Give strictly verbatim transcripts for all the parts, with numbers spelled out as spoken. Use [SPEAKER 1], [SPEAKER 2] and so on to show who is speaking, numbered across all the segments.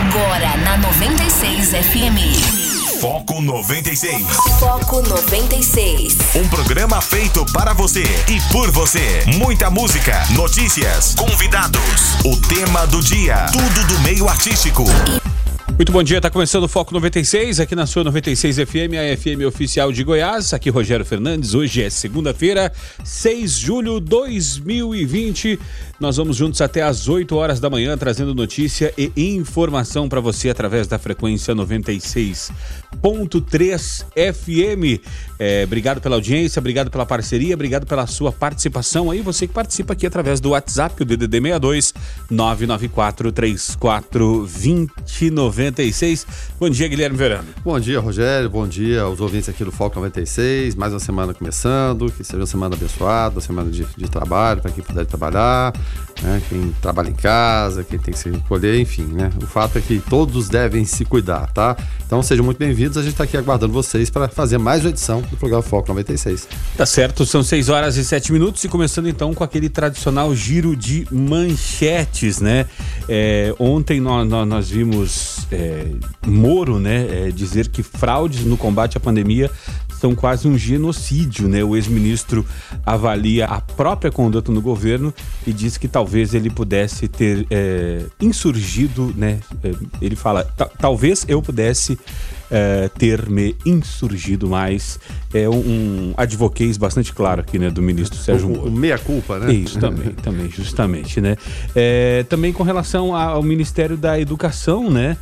[SPEAKER 1] Agora na noventa e seis F M.
[SPEAKER 2] Foco noventa e seis.
[SPEAKER 1] Foco noventa e seis.
[SPEAKER 2] Um programa feito para você e por você. Muita música, notícias, convidados, o tema do dia, tudo do meio artístico.
[SPEAKER 3] Muito bom dia, tá começando o Foco noventa e seis, aqui na sua noventa e seis F M, a F M oficial de Goiás. Aqui Rogério Fernandes, hoje é segunda-feira, seis de julho de dois mil e vinte. Nós vamos juntos até às oito horas da manhã, trazendo notícia e informação para você através da frequência noventa e seis ponto três F M. É, obrigado pela audiência, obrigado pela parceria, obrigado pela sua participação aí, você que participa aqui através do WhatsApp, o D D D seis dois nove nove quatro três quatro dois zero nove seis. Bom dia, Guilherme Verano.
[SPEAKER 4] Bom dia, Rogério, bom dia aos ouvintes aqui do Foco noventa e seis, mais uma semana começando, que seja uma semana abençoada, uma semana de, de trabalho para quem puder trabalhar, né? Quem trabalha em casa, quem tem que se recolher, enfim, né? O fato é que todos devem se cuidar, tá? Então sejam muito bem-vindos, a gente está aqui aguardando vocês para fazer mais uma edição do programa Foco noventa e seis.
[SPEAKER 3] Tá certo, são seis horas e sete minutos e começando então com aquele tradicional giro de manchetes, né? É, ontem nós, nós, nós vimos é, Moro, né, é, dizer que fraudes no combate à pandemia são quase um genocídio, né? O ex-ministro avalia a própria conduta no governo e diz que talvez ele pudesse ter é, insurgido, né? Ele fala, talvez eu pudesse é, ter me insurgido mais. É um, um advoquês bastante claro aqui, né? Do ministro Sérgio Moro.
[SPEAKER 4] O, o meia-culpa, né?
[SPEAKER 3] Isso, também, também, justamente, né? É, também com relação ao Ministério da Educação, né?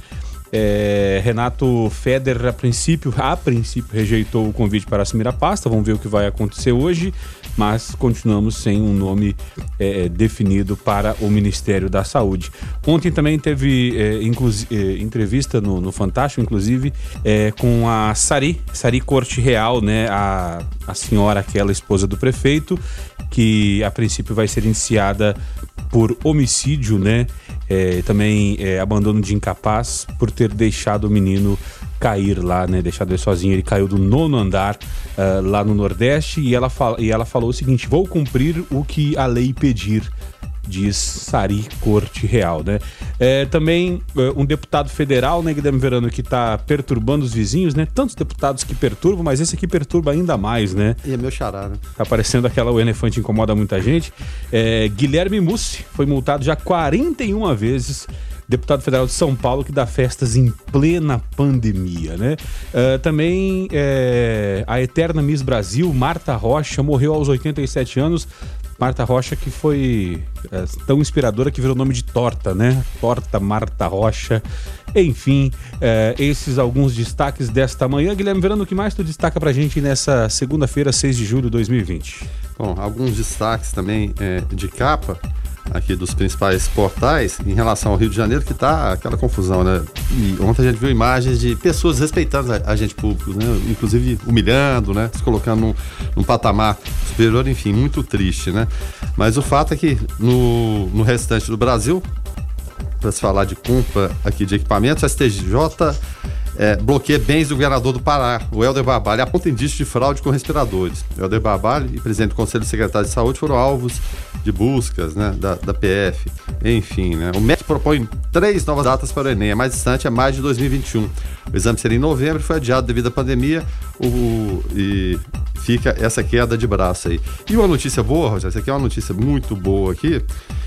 [SPEAKER 3] É, Renato Feder, a princípio, a princípio, rejeitou o convite para assumir a pasta. Vamos ver o que vai acontecer hoje, mas continuamos sem um nome é, definido para o Ministério da Saúde. Ontem também teve é, inclusi- é, entrevista no, no Fantástico, inclusive, é, com a Sari, Sari Corte Real, né, a, a senhora, aquela esposa do prefeito, que a princípio vai ser indiciada por homicídio, né? É, também é, abandono de incapaz por ter deixado o menino cair lá, né? Deixado ele sozinho. Ele caiu do nono andar uh, lá no Nordeste e ela, fala, e ela falou o seguinte: vou cumprir o que a lei pedir, diz Sari Corte Real, né? É, também uh, um deputado federal, né, Guilherme Verano, que está perturbando os vizinhos, né? Tantos deputados que perturbam, mas esse aqui perturba ainda mais, né?
[SPEAKER 4] E é meu xará, né?
[SPEAKER 3] Tá parecendo aquela O Elefante Incomoda Muita Gente. É, Guilherme Mussi foi multado já quarenta e uma vezes. Deputado federal de São Paulo que dá festas em plena pandemia, né? Uh, também é, a eterna Miss Brasil, Marta Rocha, morreu aos oitenta e sete anos. Marta Rocha, que foi é, tão inspiradora que virou nome de torta, né? Torta Marta Rocha. Enfim, é, esses alguns destaques desta manhã. Guilherme Verano, o que mais tu destaca pra gente nessa segunda-feira, seis de julho de dois mil e vinte?
[SPEAKER 4] Bom, alguns destaques também é, de capa aqui dos principais portais em relação ao Rio de Janeiro, que tá aquela confusão, né? E ontem a gente viu imagens de pessoas respeitando agentes públicos, né? Inclusive humilhando, né? Se colocando num, num patamar superior, enfim, muito triste, né? Mas o fato é que no, no restante do Brasil, para se falar de compra aqui de equipamentos, a S T J É, bloqueia bens do governador do Pará, o Helder Barbalho, aponta indício de fraude com respiradores. O Helder Barbalho e presidente do Conselho Secretário de Saúde foram alvos de buscas, né, da, da P F. Enfim, né, o M E C propõe três novas datas para o Enem. A mais distante é maio de dois mil e vinte e um. O exame seria em novembro e foi adiado devido à pandemia. O, e fica essa queda de braço aí. E uma notícia boa, Rogério, essa aqui é uma notícia muito boa aqui.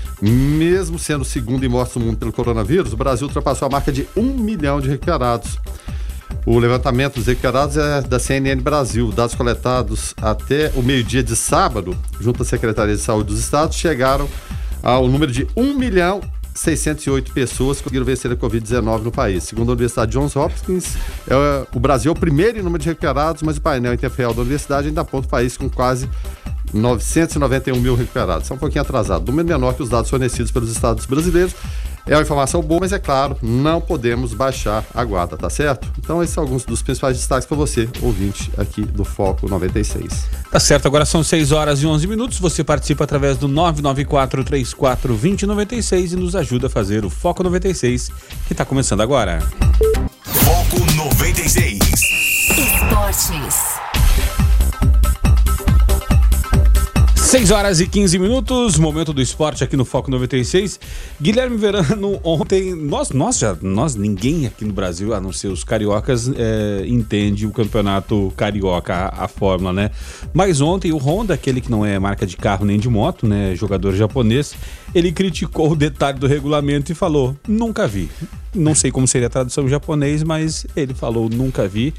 [SPEAKER 4] Mesmo sendo o segundo em mortes no mundo pelo coronavírus, o Brasil ultrapassou a marca de um milhão de recuperados. O levantamento dos recuperados é da C N N Brasil. Dados coletados até o meio-dia de sábado, junto à Secretaria de Saúde dos Estados, chegaram ao número de um milhão seiscentos e oito pessoas que conseguiram vencer a covid dezenove no país. Segundo a Universidade Johns Hopkins, é, o Brasil é o primeiro em número de recuperados, mas o painel em tempo real da universidade ainda aponta o país com quase novecentos e noventa e um mil recuperados. É um pouquinho atrasado, número menor que os dados fornecidos pelos estados brasileiros. É uma informação boa, mas é claro, não podemos baixar a guarda, tá certo? Então esses são alguns dos principais destaques para você, ouvinte aqui do Foco noventa e seis.
[SPEAKER 3] Tá certo, agora são seis horas e onze minutos, você participa através do nove nove quatro três quatro dois zero nove seis e nos ajuda a fazer o Foco noventa e seis, que tá começando agora.
[SPEAKER 2] Foco noventa e seis.
[SPEAKER 1] Esportes.
[SPEAKER 3] seis horas e quinze minutos, momento do esporte aqui no Foco noventa e seis. Guilherme Verano, ontem, nós, nós já, nós, ninguém aqui no Brasil, a não ser os cariocas, é, entende o campeonato carioca, a, a fórmula, né? Mas ontem o Honda, aquele que não é marca de carro nem de moto, né, jogador japonês, ele criticou o detalhe do regulamento e falou, nunca vi. Não sei como seria a tradução em japonês, mas ele falou, nunca vi.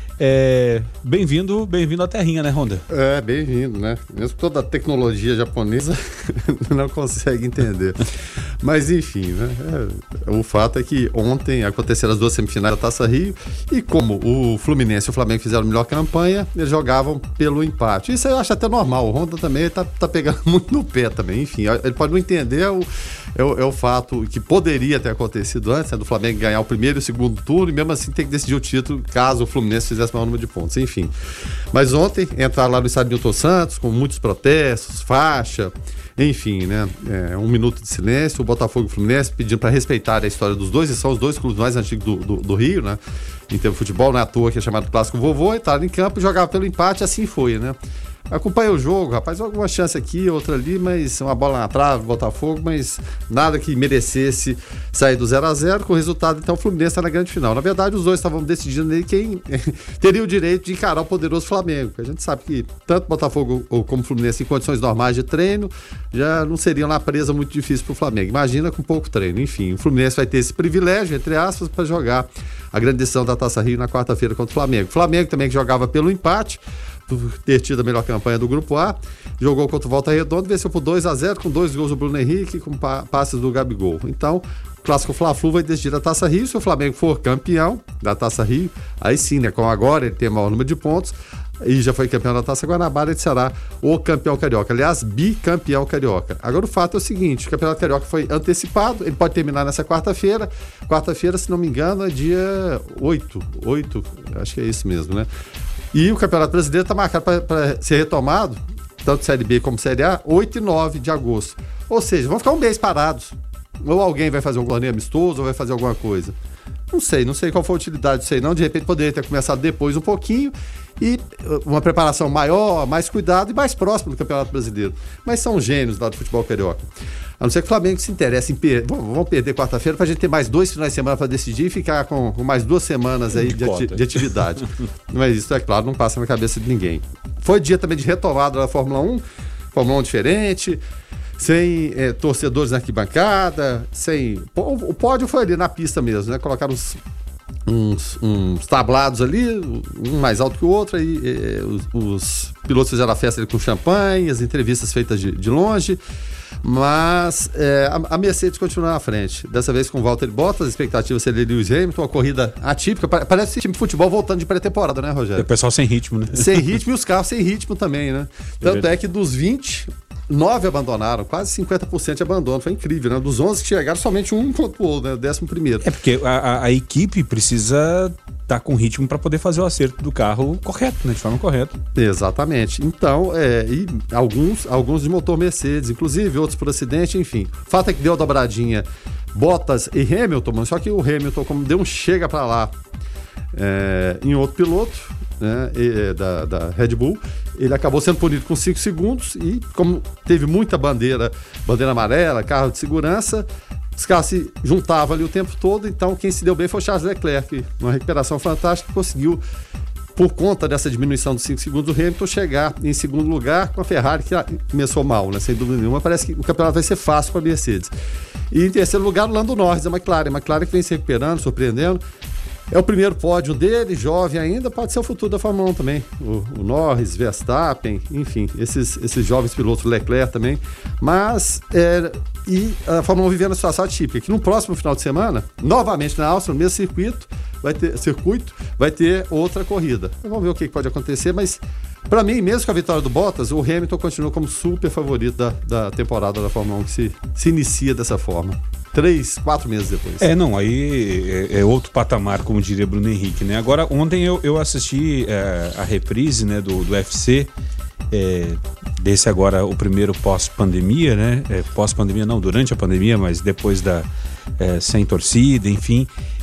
[SPEAKER 3] É, bem-vindo, bem-vindo à terrinha, né, Honda?
[SPEAKER 4] É, bem-vindo, né? Mesmo toda a tecnologia japonesa não consegue entender. Mas enfim, né? É, o fato é que ontem aconteceram as duas semifinais da Taça Rio e como o Fluminense e o Flamengo fizeram a melhor campanha, eles jogavam pelo empate. Isso eu acho até normal. O Honda também tá, tá pegando muito no pé também. Enfim, ele pode não entender o, é, o, é o fato que poderia ter acontecido antes, né, do Flamengo ganhar o primeiro e o segundo turno e mesmo assim ter que decidir o título caso o Fluminense fizesse maior número de pontos, enfim. Mas ontem entraram lá no estádio Newton Santos com muitos protestos, faixa, enfim, né? É, um minuto de silêncio, o Botafogo e o Fluminense pedindo para respeitar a história dos dois, e são os dois clubes mais antigos do, do, do Rio, né? Em termos de futebol, não é à toa que é chamado Clássico Vovô, entraram em campo e jogavam pelo empate, assim foi, né? Acompanhei o jogo, rapaz, alguma chance aqui, outra ali, mas uma bola na trave, Botafogo, mas nada que merecesse sair do zero a zero, com o resultado, então o Fluminense está na grande final. Na verdade, os dois estavam decidindo aí quem teria o direito de encarar o poderoso Flamengo. A gente sabe que tanto Botafogo como Fluminense, em condições normais de treino, já não seriam lá presa muito difícil para o Flamengo. Imagina com pouco treino. Enfim, o Fluminense vai ter esse privilégio, entre aspas, para jogar a grande decisão da Taça Rio na quarta-feira contra o Flamengo. O Flamengo também que jogava pelo empate, por ter tido a melhor campanha do Grupo A, jogou contra o Volta Redonda, venceu por dois a zero, com dois gols do Bruno Henrique, com pa- passes do Gabigol. Então, o Clássico Fla-Flu vai decidir a Taça Rio. Se o Flamengo for campeão da Taça Rio, aí sim, né, com agora ele tem o maior número de pontos, e já foi campeão da Taça Guanabara, ele será o campeão carioca, aliás, bicampeão carioca. Agora o fato é o seguinte, o campeonato carioca foi antecipado, ele pode terminar nessa quarta-feira, quarta-feira, se não me engano, é dia oito, oito, acho que é isso mesmo, né? E o Campeonato Brasileiro está marcado para ser retomado, tanto Série B como Série A, oito e nove de agosto. Ou seja, vão ficar um mês parados. Ou alguém vai fazer um torneio amistoso, ou vai fazer alguma coisa. Não sei, não sei qual foi a utilidade disso aí não. De repente poderia ter começado depois um pouquinho e uma preparação maior, mais cuidado e mais próximo do Campeonato Brasileiro. Mas são gênios lá do futebol carioca. A não ser que o Flamengo se interesse em perder. Vamos perder quarta-feira para a gente ter mais dois finais de semana para decidir e ficar com, com mais duas semanas aí de, de, ati- de atividade. Mas isso, é claro, não passa na cabeça de ninguém. Foi dia também de retomada da Fórmula um, Fórmula um diferente, sem é, torcedores na arquibancada, sem... O, o pódio foi ali na pista mesmo, né? Colocaram uns, uns, uns tablados ali, um mais alto que o outro, aí é, os, os pilotos fizeram a festa ali com champanhe, as entrevistas feitas de, de longe. Mas é, a, a Mercedes continua na frente. Dessa vez com o Valtteri Bottas, a expectativa seria Lewis Hamilton, uma corrida atípica. Parece esse time de futebol voltando de pré-temporada, né, Rogério?
[SPEAKER 3] O pessoal sem ritmo, né? Sem
[SPEAKER 4] ritmo e os carros sem ritmo também, né? Tanto é, é que dos vinte, nove abandonaram, quase cinquenta por cento de abandono. Foi incrível, né? Dos onze que chegaram, somente um pontuou, né? O décimo primeiro.
[SPEAKER 3] É porque a, a, a equipe precisa estar tá com ritmo para poder fazer o acerto do carro correto, né? De forma correta.
[SPEAKER 4] Exatamente. Então, é, e alguns, alguns de motor Mercedes, inclusive, outros por acidente, enfim. O fato é que deu a dobradinha Bottas e Hamilton, mano, só que o Hamilton, como deu um chega para lá é, em outro piloto, né, e, da, da Red Bull, ele acabou sendo punido com cinco segundos e como teve muita bandeira, bandeira amarela, carro de segurança, os carros se juntavam ali o tempo todo, então quem se deu bem foi o Charles Leclerc, uma recuperação fantástica, conseguiu, por conta dessa diminuição dos cinco segundos, o Hamilton chegar em segundo lugar com a Ferrari, que começou mal, né, sem dúvida nenhuma. Parece que o campeonato vai ser fácil para a Mercedes. E em terceiro lugar, o Lando Norris, a McLaren, a McLaren que vem se recuperando, surpreendendo. É o primeiro pódio dele, jovem ainda, pode ser o futuro da Fórmula um também. O, o Norris, Verstappen, enfim, esses, esses jovens pilotos, Leclerc também. Mas, é, e a Fórmula um vivendo a situação atípica, que no próximo final de semana, novamente na Áustria, no mesmo circuito, vai ter, circuito, vai ter outra corrida. Vamos ver o que pode acontecer, mas para mim, mesmo com a vitória do Bottas, o Hamilton continua como super favorito da, da temporada da Fórmula um, que se, se inicia dessa forma. Três, quatro meses depois.
[SPEAKER 3] É, não, aí é, é outro patamar, como diria Bruno Henrique, né? Agora, ontem eu, eu assisti é, a reprise, né, do, do U F C, é, desse agora o primeiro pós-pandemia, né? É, pós-pandemia não, durante a pandemia, mas depois da... É, sem torcida, enfim.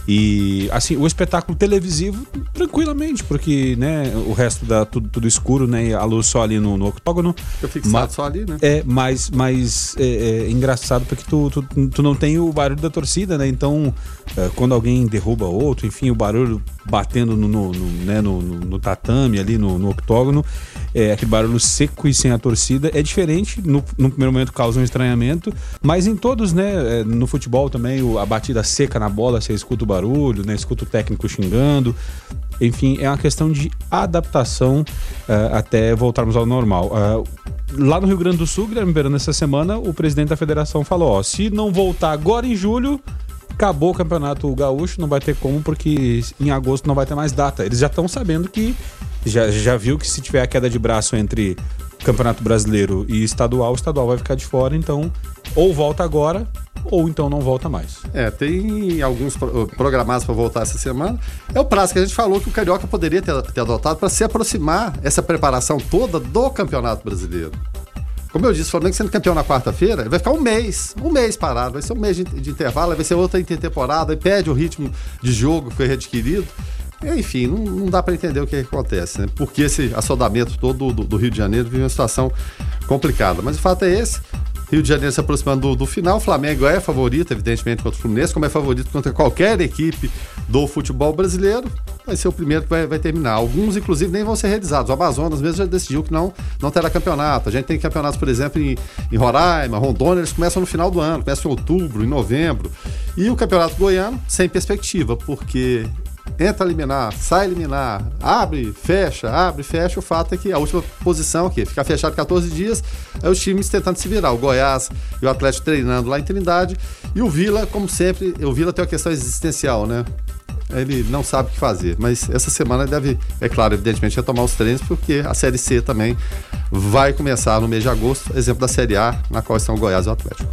[SPEAKER 3] E, assim, o espetáculo televisivo, tranquilamente, porque, né, o resto dá tudo, tudo escuro, né, e a luz só ali no, no octógono.
[SPEAKER 4] Eu fixado mas, só ali, né?
[SPEAKER 3] É, mas, mas é, é engraçado porque tu, tu, tu não tem o barulho da torcida, né? Então, é, quando alguém derruba outro, enfim, o barulho batendo no, no, no, né, no, no, no tatame ali, no, no octógono, é, aquele barulho seco e sem a torcida, é diferente, no, no primeiro momento causa um estranhamento, mas em todos, né, no futebol também, a batida seca na bola, você escuta o barulho, né, escuta o técnico xingando, enfim, é uma questão de adaptação uh, até voltarmos ao normal. Uh, lá no Rio Grande do Sul, Guilherme Verano, essa semana, o presidente da federação falou, ó, se não voltar agora em julho, acabou o Campeonato Gaúcho, não vai ter como, porque em agosto não vai ter mais data. Eles já estão sabendo que, já, já viu que se tiver a queda de braço entre Campeonato Brasileiro e estadual, o estadual vai ficar de fora, então ou volta agora, ou então não volta mais.
[SPEAKER 4] É, tem alguns pro- programados para voltar essa semana. É o prazo que a gente falou que o Carioca poderia ter, ter adotado para se aproximar essa preparação toda do Campeonato Brasileiro. Como eu disse, o Flamengo sendo campeão na quarta-feira, ele vai ficar um mês, um mês parado, vai ser um mês de, de intervalo, vai ser outra intertemporada, e perde o ritmo de jogo que foi readquirido. Enfim, não, não dá para entender o que, é que acontece, né? Porque esse assodamento todo do, do Rio de Janeiro vive uma situação complicada. Mas o fato é esse, Rio de Janeiro se aproximando do, do final, o Flamengo é favorito, evidentemente, contra o Fluminense, como é favorito contra qualquer equipe do futebol brasileiro, vai ser o primeiro que vai, vai terminar. Alguns, inclusive, nem vão ser realizados. O Amazonas mesmo já decidiu que não, não terá campeonato. A gente tem campeonatos, por exemplo, em, em Roraima, Rondônia, eles começam no final do ano, começam em outubro, em novembro. E o campeonato goiano, sem perspectiva, porque entra a eliminar, sai a eliminar, abre, fecha, abre, fecha. O fato é que a última posição aqui, ficar fechado quatorze dias, é os times tentando se virar. O Goiás e o Atlético treinando lá em Trindade. E o Vila, como sempre, o Vila tem uma questão existencial, né? Ele não sabe o que fazer, mas essa semana deve, é claro, evidentemente, retomar os treinos, porque a Série C também vai começar no mês de agosto, exemplo da Série A, na qual estão o Goiás e o Atlético.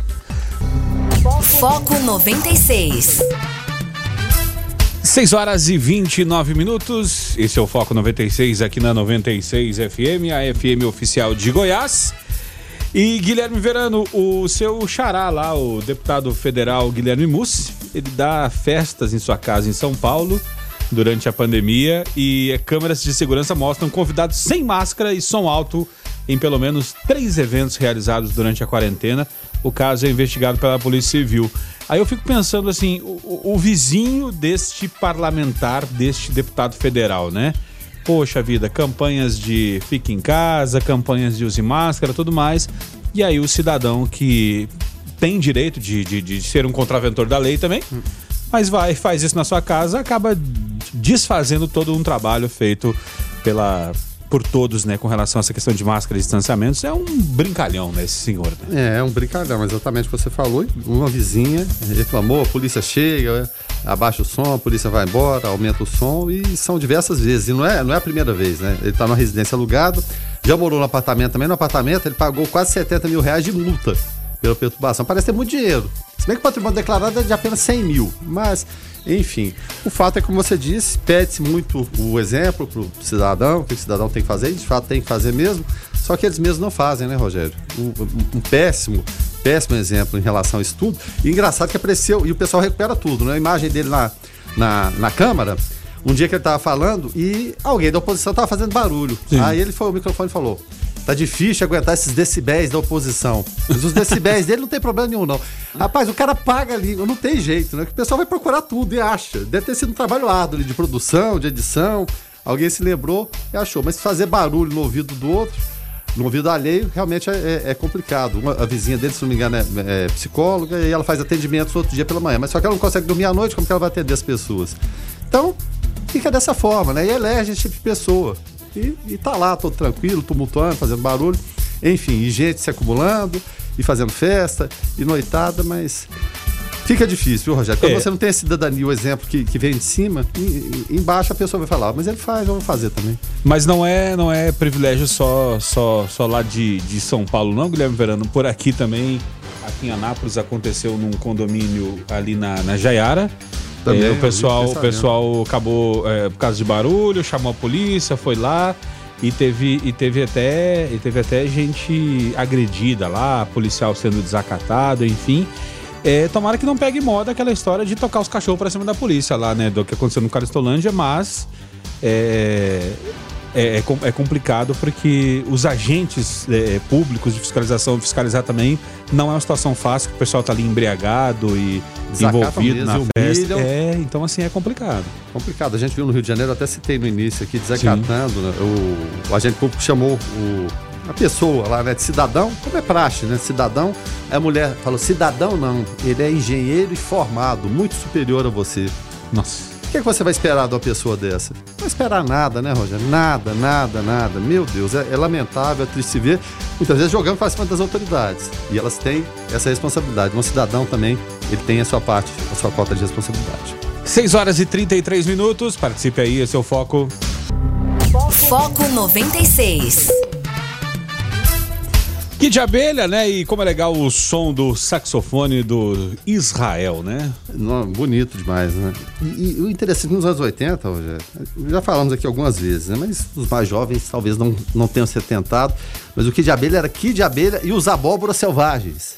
[SPEAKER 1] Foco noventa e seis.
[SPEAKER 3] seis horas e vinte e nove minutos, esse é o Foco noventa e seis aqui na noventa e seis F M, a F M oficial de Goiás. E Guilherme Verano, o seu xará lá, o deputado federal Guilherme Mussi, ele dá festas em sua casa em São Paulo durante a pandemia e câmeras de segurança mostram convidados sem máscara e som alto em pelo menos três eventos realizados durante a quarentena. O caso é investigado pela Polícia Civil. Aí eu fico pensando assim, o, o vizinho deste parlamentar, deste deputado federal, né? Poxa vida, campanhas de fique em casa, campanhas de use máscara, tudo mais. E aí o cidadão que tem direito de, de, de ser um contraventor da lei também, hum. mas vai, faz isso na sua casa, acaba desfazendo todo um trabalho feito pela... por todos, né, com relação a essa questão de máscara e distanciamentos. É um brincalhão, né, esse senhor,
[SPEAKER 4] né? É, é um brincalhão, exatamente o que você falou. Uma vizinha reclamou, a polícia chega, abaixa o som, a polícia vai embora, aumenta o som, e são diversas vezes. E não é, não é a primeira vez, né? Ele tá numa residência alugada, já morou no apartamento também. No apartamento ele pagou quase setenta mil reais de multa pela perturbação. Parece ter muito dinheiro. Se bem que o patrimônio declarado é de apenas cem mil, mas... Enfim, o fato é que, como você disse, pede-se muito o exemplo para o cidadão, o que o cidadão tem que fazer, e de fato tem que fazer mesmo, só que eles mesmos não fazem, né, Rogério? Um, um péssimo, péssimo exemplo em relação a isso tudo. E engraçado que apareceu, e o pessoal recupera tudo, né? A imagem dele na, na, na Câmara, um dia que ele estava falando e alguém da oposição estava fazendo barulho. Sim. Aí ele foi ao microfone e falou: tá difícil aguentar esses decibéis da oposição. Mas os decibéis dele não tem problema nenhum, não. Rapaz, o cara paga a língua, não tem jeito, né? O pessoal vai procurar tudo e acha. Deve ter sido um trabalho árduo ali, de produção, de edição. Alguém se lembrou e achou. Mas fazer barulho no ouvido do outro, no ouvido alheio, realmente é, é, é complicado. Uma, a vizinha dele, se não me engano, é, é psicóloga, e ela faz atendimentos outro dia pela manhã. Mas só que ela não consegue dormir à noite, como que ela vai atender as pessoas? Então, fica dessa forma, né? E elege esse tipo de pessoa. E, e tá lá, todo tranquilo, tumultuando, fazendo barulho. Enfim, e gente se acumulando, e fazendo festa, e noitada, mas fica difícil, viu, Rogério? Quando é. você não tem a cidadania, o exemplo que, que vem de cima, e, e, embaixo a pessoa vai falar, mas ele faz, eu vou fazer também.
[SPEAKER 3] Mas não é, não é privilégio só, só, só lá de, de São Paulo, não, Guilherme Verano? Por aqui também, aqui em Anápolis, aconteceu num condomínio ali na, na Jaiara. Também, é, o pessoal, o pessoal acabou, é, por causa de barulho, chamou a polícia, foi lá e teve, e teve, até, e teve até gente agredida lá, policial sendo desacatado, enfim. É, tomara que não pegue moda aquela história de tocar os cachorros pra cima da polícia lá, né? Do que aconteceu no Caristolândia, mas é, é, é, é complicado porque os agentes é, públicos de fiscalização, fiscalizar também, não é uma situação fácil, que o pessoal tá ali embriagado e
[SPEAKER 4] Desacatam
[SPEAKER 3] envolvido
[SPEAKER 4] mesmo,
[SPEAKER 3] na festa.
[SPEAKER 4] humilham.
[SPEAKER 3] É, então assim, é complicado.
[SPEAKER 4] Complicado. A gente viu no Rio de Janeiro, até citei no início aqui, desacatando, né? o, o agente público chamou o... a pessoa lá, né, de cidadão, como é praxe, né, cidadão, a mulher falou, cidadão não, ele é engenheiro e formado, muito superior a você.
[SPEAKER 3] Nossa.
[SPEAKER 4] O que, é que você vai esperar de uma pessoa dessa? Não vai esperar nada, né, Rogério? Nada, nada, nada. Meu Deus, é, é lamentável, é triste se ver, muitas vezes jogando para cima das autoridades, e elas têm essa responsabilidade. Um cidadão também, ele tem a sua parte, a sua cota de responsabilidade.
[SPEAKER 3] seis horas e trinta e três minutos, participe aí, esse é o Foco.
[SPEAKER 1] Foco noventa e seis.
[SPEAKER 3] Kid de Abelha, né? E como é legal o som do saxofone do Israel, né?
[SPEAKER 4] Não, bonito demais, né? E, e o interessante, nos anos oitenta, Rogério, já falamos aqui algumas vezes, né? Mas os mais jovens talvez não, não tenham se atentado, mas o Kid de Abelha era Kid de Abelha e os Abóboras Selvagens.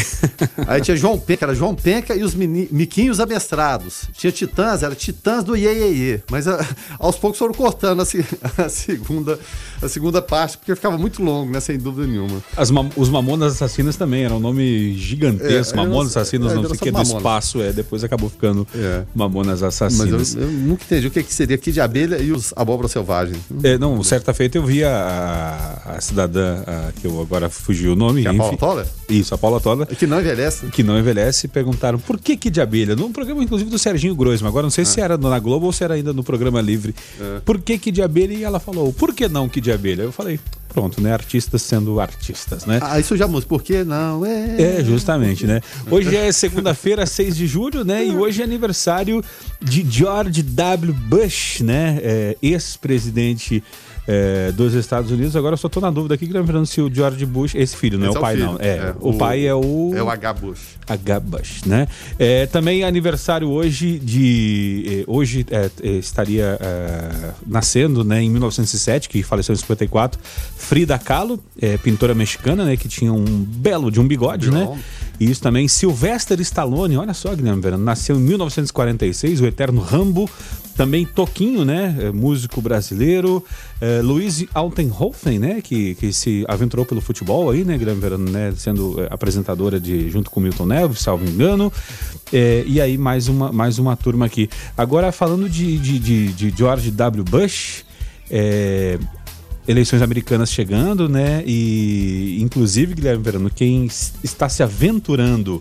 [SPEAKER 4] Aí tinha João Penca, era João Penca e os mini, Miquinhos Amestrados. Tinha Titãs, era Titãs do Iê, Iê, Iê. Mas a, aos poucos foram cortando a, a, segunda, a segunda parte, porque ficava muito longo, né? Sem dúvida nenhuma.
[SPEAKER 3] As mam- os Mamonas Assassinas também, era um nome gigantesco.
[SPEAKER 4] É,
[SPEAKER 3] Mamonas Assassinas,
[SPEAKER 4] é,
[SPEAKER 3] não sei o que, do
[SPEAKER 4] Mamonas.
[SPEAKER 3] espaço, é. Depois acabou ficando
[SPEAKER 4] É.
[SPEAKER 3] Mamonas Assassinas.
[SPEAKER 4] Mas eu, eu nunca entendi o que, que seria Kid de Abelha e os Abóboras Selvagens.
[SPEAKER 3] É, não, certa feita eu vi a, a cidadã, a, que eu agora fugiu o nome.
[SPEAKER 4] Que é a Paula Toller?
[SPEAKER 3] Isso, a Paula Toller.
[SPEAKER 4] Que não envelhece.
[SPEAKER 3] Que não envelhece, perguntaram por que Kid de Abelha? Num programa, inclusive, do Serginho Groisman. Agora não sei é. se era na Globo ou se era ainda no Programa Livre. É. Por que Kid de Abelha? E ela falou, por que não Kid de Abelha? Eu falei, pronto, né? Artistas sendo artistas, né?
[SPEAKER 4] Ah, isso já música, por que não? É,
[SPEAKER 3] é justamente, né? Hoje é segunda-feira, seis de julho, né? E hoje é aniversário de George W. Bush, né? É, ex-presidente é, dos Estados Unidos. Agora eu só tô na dúvida aqui, lembrando se o George Bush, esse filho, não é o pai, não. É, é o, o pai é o...
[SPEAKER 4] É o H. Bush.
[SPEAKER 3] H. Bush, né? É, também é aniversário hoje de... Hoje é, estaria é, nascendo, né? Em mil novecentos e sete, que faleceu em cinquenta e quatro, Frida Kahlo, é, pintora mexicana, né? Que tinha um belo de um bigode, Bilão. né? E isso também, Sylvester Stallone, olha só, Guilherme Verano, nasceu em mil novecentos e quarenta e seis, o eterno Rambo. Também Toquinho, né? É, músico brasileiro. É, Louise Altenhofen, né? Que, que se aventurou pelo futebol aí, né, Guilherme Verano, né? Sendo é, apresentadora de, junto com Milton Neves, salvo engano. É, e aí mais uma, mais uma turma aqui. Agora, falando de, de, de, de George W. Bush, é, eleições americanas chegando, né? E, inclusive, Guilherme Verano, quem está se aventurando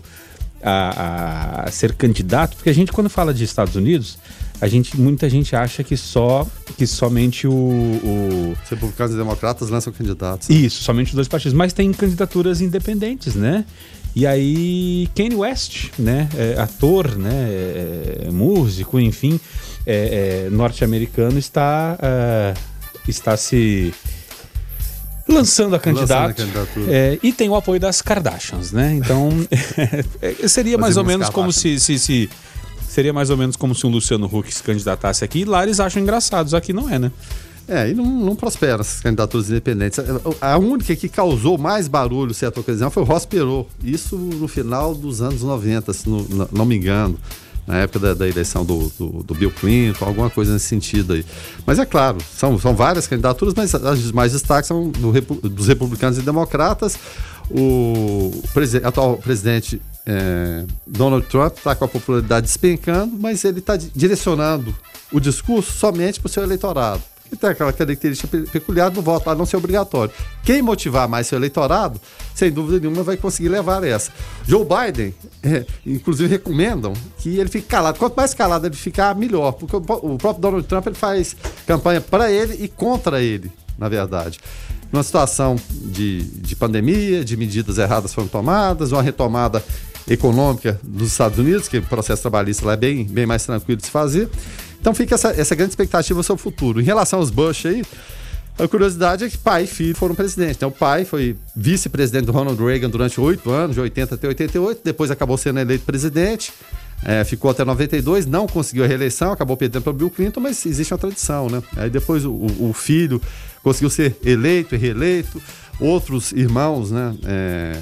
[SPEAKER 3] a, a ser candidato, porque a gente, quando fala de Estados Unidos, a gente, muita gente acha que só que somente o, o...
[SPEAKER 4] Os republicanos e democratas lançam candidatos.
[SPEAKER 3] Isso, somente os dois partidos, mas tem candidaturas independentes, né? E aí, Kanye West, né? É, ator, né? É, músico, enfim, é, é, norte-americano, está, uh, está se lançando a candidato. É, e tem o apoio das Kardashians, né? Então, seria mais ou menos como se... se, se Seria mais ou menos como se um Luciano Huck se candidatasse aqui. E lá eles acham engraçados, aqui não é, né?
[SPEAKER 4] É, e não, não prospera essas candidaturas independentes. A única que causou mais barulho, certa ocasião, foi o Ross Perot. Isso no final dos anos noventa, se não, não me engano. Na época da, da eleição do, do, do Bill Clinton, alguma coisa nesse sentido aí. Mas é claro, são, são várias candidaturas, mas as mais destaques são do, dos republicanos e democratas. O presi- atual presidente é, Donald Trump está com a popularidade despencando, mas ele está direcionando o discurso somente para o seu eleitorado. E tem aquela característica peculiar do voto lá não ser obrigatório. Quem motivar mais seu eleitorado, sem dúvida nenhuma, vai conseguir levar essa. Joe Biden, é, inclusive, recomendam que ele fique calado. Quanto mais calado ele ficar, melhor. Porque o, o próprio Donald Trump ele faz campanha para ele e contra ele, na verdade. Numa situação de, de pandemia, de medidas erradas foram tomadas, uma retomada econômica dos Estados Unidos, que o processo trabalhista lá é bem, bem mais tranquilo de se fazer. Então fica essa, essa grande expectativa sobre o futuro. Em relação aos Bush aí, a curiosidade é que pai e filho foram presidentes. Então o pai foi vice-presidente do Ronald Reagan durante oito anos, de oitenta até oitenta e oito, depois acabou sendo eleito presidente, é, ficou até noventa e dois, não conseguiu a reeleição, acabou perdendo para o Bill Clinton, mas existe uma tradição, né? Aí depois o, o filho conseguiu ser eleito e reeleito, outros irmãos, né, é,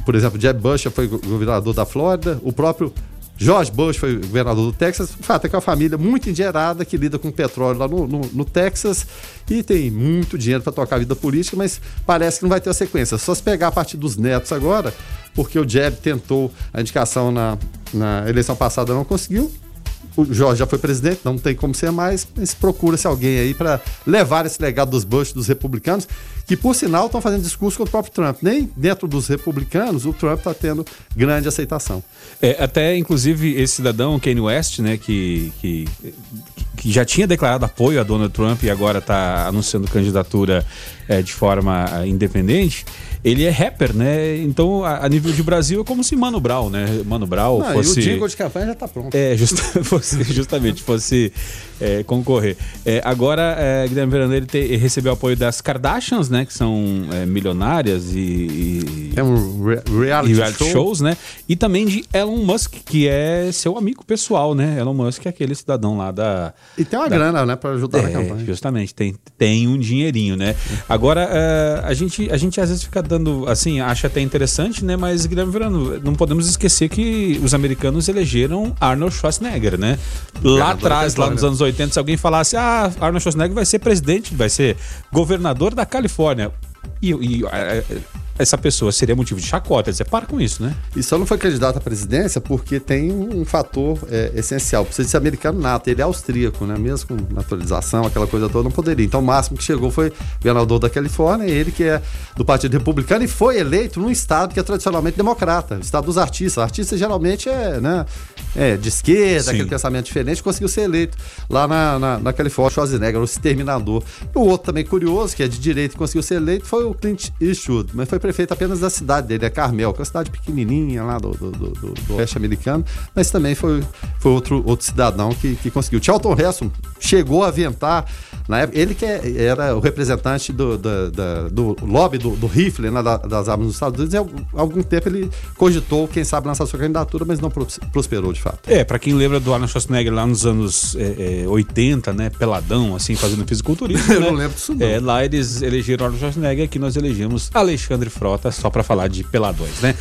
[SPEAKER 4] por exemplo, Jeb Bush foi governador da Flórida, o próprio George Bush foi governador do Texas. O fato é que é uma família muito endinheirada que lida com petróleo lá no, no, no Texas e tem muito dinheiro para tocar a vida política, mas parece que não vai ter a sequência. Só se pegar a partir dos netos agora, porque o Jeb tentou a indicação na, na eleição passada, não conseguiu. O Jorge já foi presidente, não tem como ser mais, mas procura-se alguém aí para levar esse legado dos Bush, dos republicanos, que por sinal estão fazendo discurso contra o próprio Trump. Nem dentro dos republicanos o Trump está tendo grande aceitação.
[SPEAKER 3] É, até, inclusive, esse cidadão, Kanye West, né, que, que, que já tinha declarado apoio a Donald Trump e agora está anunciando candidatura é, de forma independente, ele é rapper, né? Então, a, a nível de Brasil, é como se Mano Brown, né? Mano Brown
[SPEAKER 4] Não,
[SPEAKER 3] fosse...
[SPEAKER 4] E o jingle de campanha já está pronto.
[SPEAKER 3] É, just, fosse, justamente, fosse é, concorrer. É, agora, é, Guilherme Verano, ele te, recebeu apoio das Kardashians, né? Que são é, milionárias e... e
[SPEAKER 4] é um re reality,
[SPEAKER 3] e reality
[SPEAKER 4] show.
[SPEAKER 3] shows, né? E também de Elon Musk, que é seu amigo pessoal, né? Elon Musk é aquele cidadão lá da...
[SPEAKER 4] E tem uma
[SPEAKER 3] da,
[SPEAKER 4] grana, né? Para ajudar
[SPEAKER 3] é,
[SPEAKER 4] na campanha.
[SPEAKER 3] Justamente, tem, tem um dinheirinho, né? Agora, é, a, gente, a gente às vezes fica dando, assim, acha até interessante, né? Mas, Guilherme Verano, não podemos esquecer que os americanos elegeram Arnold Schwarzenegger, né? Lá atrás, lá nos anos oitenta, se alguém falasse, ah, Arnold Schwarzenegger vai ser presidente, vai ser governador da Califórnia. E, e essa pessoa seria motivo de chacota. Você para com isso, né?
[SPEAKER 4] E só não foi candidato à presidência porque tem um fator é, essencial. Precisa ser americano nato. Ele é austríaco, né? Mesmo com naturalização, aquela coisa toda, não poderia. Então o máximo que chegou foi governador da Califórnia, ele que é do Partido Republicano e foi eleito num estado que é tradicionalmente democrata, o estado dos artistas. Artista geralmente é, né, é de esquerda, Sim. aquele pensamento diferente, conseguiu ser eleito lá na, na, na Califórnia. Schwarzenegger, o exterminador. E o outro também curioso, que é de direita e conseguiu ser eleito, foi o Clint Eastwood, mas foi prefeito apenas da cidade dele, é Carmel, que é uma cidade pequenininha lá do, do, do, do, do oeste americano, mas também foi, foi outro, outro cidadão que, que conseguiu. Charlton Heston chegou a aventar, na época, ele que era o representante do, do, do, do lobby do, do rifle, né, das armas nos Estados Unidos, e há algum tempo ele cogitou, quem sabe, lançar sua candidatura, mas não prosperou de fato.
[SPEAKER 3] É, pra quem lembra do Arnold Schwarzenegger lá nos anos é, é, oitenta, né, peladão, assim, fazendo fisiculturismo,
[SPEAKER 4] Eu
[SPEAKER 3] né?
[SPEAKER 4] não lembro disso não.
[SPEAKER 3] É, lá eles elegeram Arnold Schwarzenegger, aqui nós elegemos Alexandre Frota, só pra falar de peladões, né?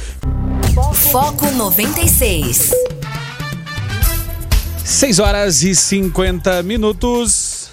[SPEAKER 1] Foco noventa e seis.
[SPEAKER 3] seis horas e cinquenta minutos.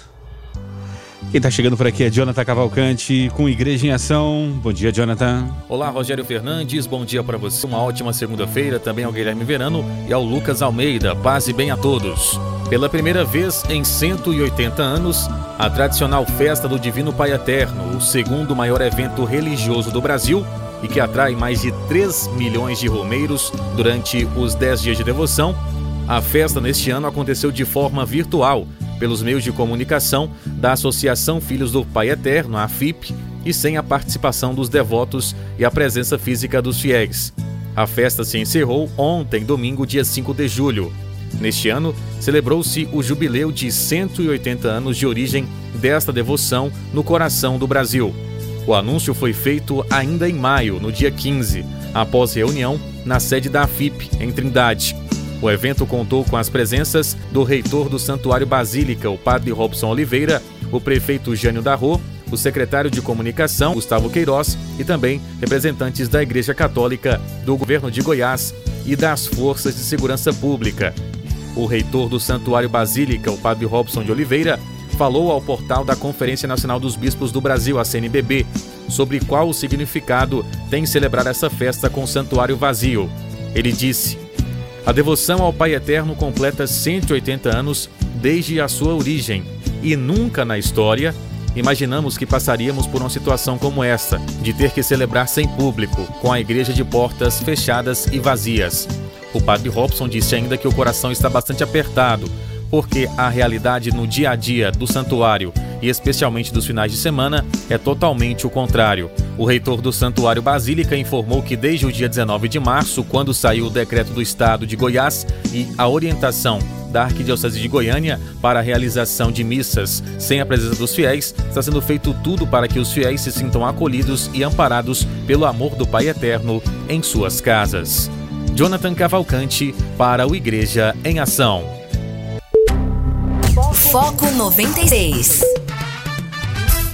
[SPEAKER 3] Quem tá chegando por aqui é Jonathan Cavalcante com Igreja em Ação. Bom dia, Jonathan.
[SPEAKER 5] Olá, Rogério Fernandes, bom dia para você. Uma ótima segunda-feira também ao Guilherme Verano e ao Lucas Almeida. Paz e bem a todos. Pela primeira vez em cento e oitenta anos, a tradicional Festa do Divino Pai Eterno, o segundo maior evento religioso do Brasil e que atrai mais de três milhões de romeiros durante os dez dias de devoção, a festa neste ano aconteceu de forma virtual, pelos meios de comunicação da Associação Filhos do Pai Eterno, a F I P, e sem a participação dos devotos e a presença física dos fiéis. A festa se encerrou ontem, domingo, dia cinco de julho. Neste ano, celebrou-se o jubileu de cento e oitenta anos de origem desta devoção no coração do Brasil. O anúncio foi feito ainda em maio, no dia quinze, após reunião na sede da F I P, em Trindade. O evento contou com as presenças do reitor do Santuário Basílica, o padre Robson Oliveira, o prefeito Jânio Darro, o secretário de Comunicação, Gustavo Queiroz, e também representantes da Igreja Católica, do Governo de Goiás e das Forças de Segurança Pública. O reitor do Santuário Basílica, o padre Robson de Oliveira, falou ao portal da Conferência Nacional dos Bispos do Brasil, a C N B B, sobre qual o significado tem celebrar essa festa com o santuário vazio. Ele disse: a devoção ao Pai Eterno completa cento e oitenta anos desde a sua origem e nunca na história imaginamos que passaríamos por uma situação como essa, de ter que celebrar sem público, com a igreja de portas fechadas e vazias. O padre Robson disse ainda que o coração está bastante apertado, porque a realidade no dia a dia do santuário, e especialmente dos finais de semana, é totalmente o contrário. O reitor do Santuário Basílica informou que desde o dia dezenove de março, quando saiu o decreto do Estado de Goiás e a orientação da Arquidiocese de Goiânia para a realização de missas sem a presença dos fiéis, está sendo feito tudo para que os fiéis se sintam acolhidos e amparados pelo amor do Pai Eterno em suas casas. Jonathan Cavalcante para o Igreja em Ação.
[SPEAKER 1] Foco noventa e seis.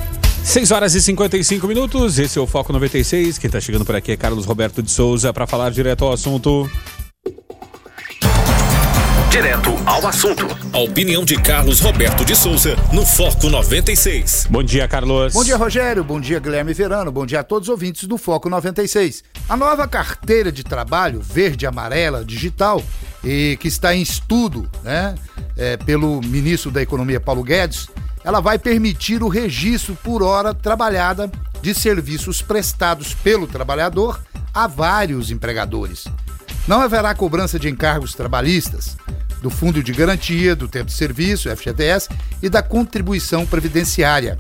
[SPEAKER 3] seis horas e cinquenta e cinco minutos, esse é o Foco noventa e seis. Quem tá chegando por aqui é Carlos Roberto de Souza para falar direto ao assunto.
[SPEAKER 2] Direto ao assunto.
[SPEAKER 6] A opinião de Carlos Roberto de Souza no Foco noventa e seis.
[SPEAKER 3] Bom dia, Carlos.
[SPEAKER 7] Bom dia, Rogério. Bom dia, Guilherme Verano. Bom dia a todos os ouvintes do Foco noventa e seis. A nova carteira de trabalho verde, amarela, digital, e que está em estudo, né, é, pelo ministro da Economia, Paulo Guedes, ela vai permitir o registro por hora trabalhada de serviços prestados pelo trabalhador a vários empregadores. Não haverá cobrança de encargos trabalhistas, do Fundo de Garantia, do Tempo de Serviço, F G T S, e da Contribuição Previdenciária.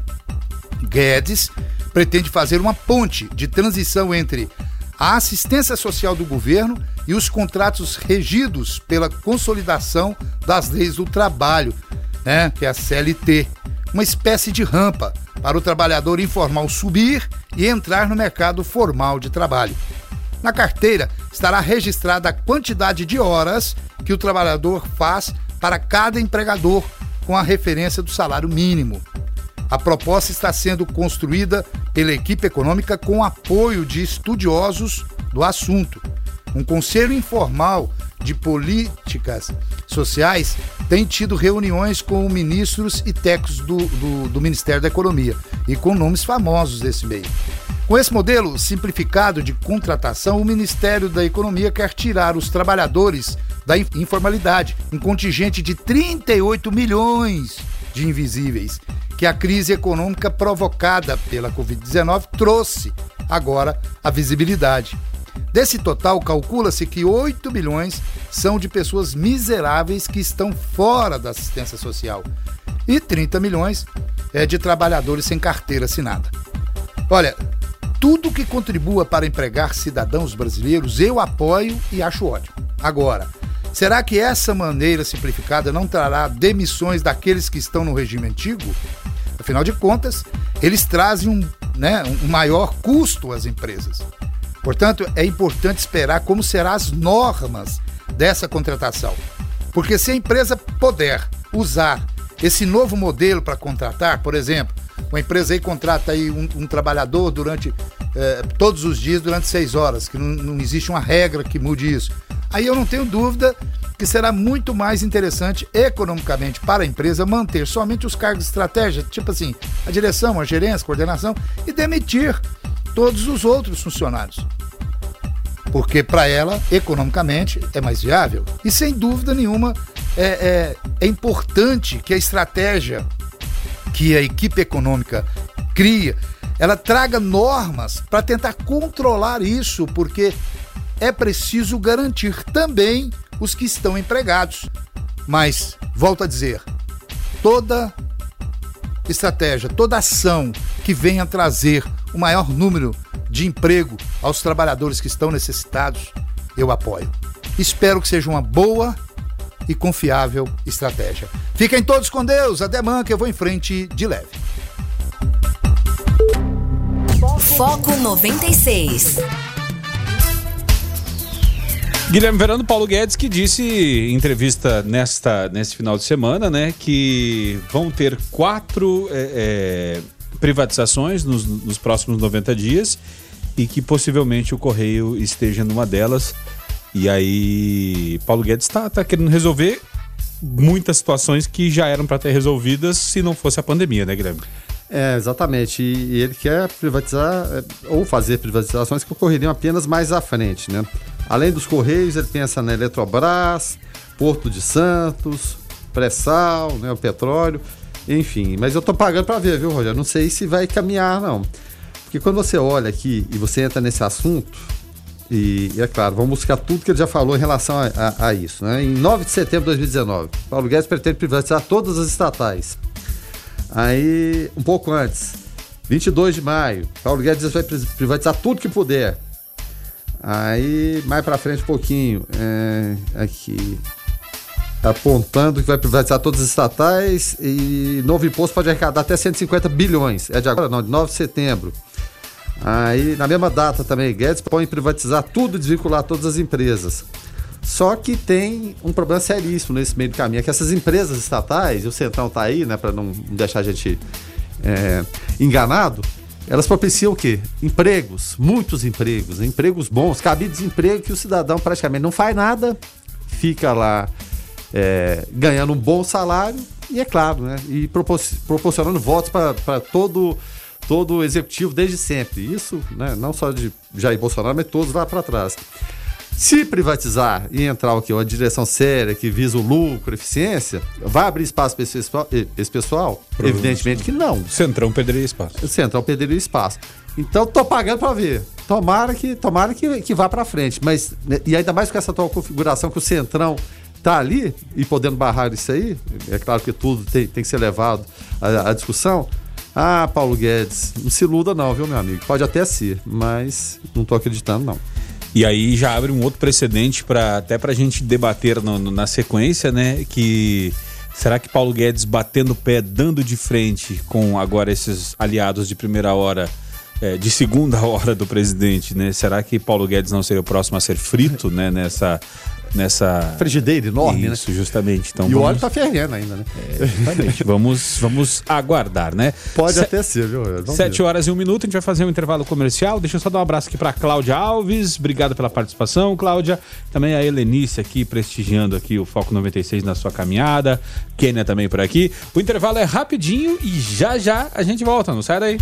[SPEAKER 7] Guedes pretende fazer uma ponte de transição entre a assistência social do governo e os contratos regidos pela consolidação das leis do trabalho, né, que é a C L T. Uma espécie de rampa para o trabalhador informal subir e entrar no mercado formal de trabalho. Na carteira estará registrada a quantidade de horas que o trabalhador faz para cada empregador, com a referência do salário mínimo. A proposta está sendo construída pela equipe econômica com apoio de estudiosos do assunto. Um conselho informal de políticas sociais tem tido reuniões com ministros e técnicos do, do, do Ministério da Economia e com nomes famosos desse meio. Com esse modelo simplificado de contratação, o Ministério da Economia quer tirar os trabalhadores da informalidade, um contingente de trinta e oito milhões de invisíveis, que a crise econômica provocada pela covid dezenove trouxe agora a visibilidade. Desse total, calcula-se que oito milhões são de pessoas miseráveis que estão fora da assistência social e trinta milhões é de trabalhadores sem carteira assinada. Olha, tudo que contribua para empregar cidadãos brasileiros eu apoio e acho ótimo. Agora, será que essa maneira simplificada não trará demissões daqueles que estão no regime antigo? Afinal de contas, eles trazem um, né, um maior custo às empresas. Portanto, é importante esperar como serão as normas dessa contratação. Porque se a empresa puder usar esse novo modelo para contratar, por exemplo, uma empresa aí contrata aí um, um trabalhador durante eh, todos os dias, durante seis horas, que não, não existe uma regra que mude isso. Aí eu não tenho dúvida que será muito mais interessante economicamente para a empresa manter somente os cargos de estratégia, tipo assim, a direção, a gerência, a coordenação, e demitir todos os outros funcionários. Porque para ela, economicamente, é mais viável. E sem dúvida nenhuma, é, é, é importante que a estratégia que a equipe econômica cria, ela traga normas para tentar controlar isso, porque é preciso garantir também os que estão empregados. Mas, volto a dizer, toda estratégia, toda ação que venha trazer o maior número de emprego aos trabalhadores que estão necessitados, eu apoio. Espero que seja uma boa e confiável estratégia. Fiquem todos com Deus, ademã que eu vou em frente de leve.
[SPEAKER 1] Foco noventa e seis.
[SPEAKER 3] Guilherme Verano, Paulo Guedes, que disse em entrevista nesta, nesse final de semana, né, que vão ter quatro é, é, privatizações nos, nos próximos noventa dias e que possivelmente o Correio esteja numa delas. E aí, Paulo Guedes está tá querendo resolver muitas situações que já eram para ter resolvidas se não fosse a pandemia, né, Guilherme?
[SPEAKER 4] É, exatamente. E, e ele quer privatizar ou fazer privatizações que ocorreriam apenas mais à frente, né? Além dos Correios, ele pensa na Eletrobras, Porto de Santos, pré-sal, né, o petróleo, enfim. Mas eu tô pagando para ver, viu, Rogério? Não sei se vai caminhar, não. Porque quando você olha aqui e você entra nesse assunto, e, e é claro, vamos buscar tudo que ele já falou em relação a, a, a isso, né? Em nove de setembro de dois mil e dezenove, Paulo Guedes pretende privatizar todas as estatais. Aí, um pouco antes, vinte e dois de maio, Paulo Guedes vai privatizar tudo que puder. Aí, mais pra frente um pouquinho, é, aqui, apontando que vai privatizar todas as estatais e novo imposto pode arrecadar até cento e cinquenta bilhões. É de agora não, de nove de setembro. Aí, na mesma data também, Guedes põe privatizar tudo e desvincular todas as empresas. Só que tem um problema seríssimo nesse meio do caminho, é que essas empresas estatais, e o Centrão tá aí, né, para não deixar a gente é, enganado, elas propiciam o quê? Empregos, muitos empregos, empregos bons, cabide de emprego que o cidadão praticamente não faz nada, fica lá é, ganhando um bom salário e, é claro, né, e propor- proporcionando votos para todo todo executivo desde sempre. Isso, né, não só de Jair Bolsonaro, mas todos lá para trás. Se privatizar e entrar o quê? Uma direção séria que visa o lucro, eficiência, vai abrir espaço para esse pessoal? Esse pessoal? Evidentemente que não.
[SPEAKER 3] O Centrão perderia espaço.
[SPEAKER 4] O Centrão perderia espaço. Então, tô pagando para ver. Tomara que, tomara que, que vá para frente. Mas, né, e ainda mais com essa atual configuração que o Centrão tá ali e podendo barrar isso aí, é claro que tudo tem, tem que ser levado à, à discussão. Ah, Paulo Guedes, não se iluda não, viu, meu amigo? Pode até ser, mas não tô acreditando, não.
[SPEAKER 3] E aí já abre um outro precedente para até para a gente debater no, no, na sequência, né? Que será que Paulo Guedes batendo o pé, dando de frente com agora esses aliados de primeira hora, é, de segunda hora do presidente, né? Será que Paulo Guedes não seria o próximo a ser frito, né? Nessa nessa
[SPEAKER 4] frigideira enorme,
[SPEAKER 3] isso, né? Justamente. Então,
[SPEAKER 4] e
[SPEAKER 3] vamos...
[SPEAKER 4] o óleo tá fervendo ainda, né?
[SPEAKER 3] É, justamente. vamos, vamos aguardar, né?
[SPEAKER 4] Pode
[SPEAKER 3] Se...
[SPEAKER 4] até ser, viu? Vamos
[SPEAKER 3] Sete
[SPEAKER 4] ver.
[SPEAKER 3] horas e um minuto, a gente vai fazer um intervalo comercial. Deixa eu só dar um abraço aqui para Cláudia Alves. Obrigado pela participação, Cláudia. Também a Helenice aqui prestigiando aqui o Foco noventa e seis na sua caminhada. Kênia também por aqui. O intervalo é rapidinho e já já a gente volta. Não sai daí.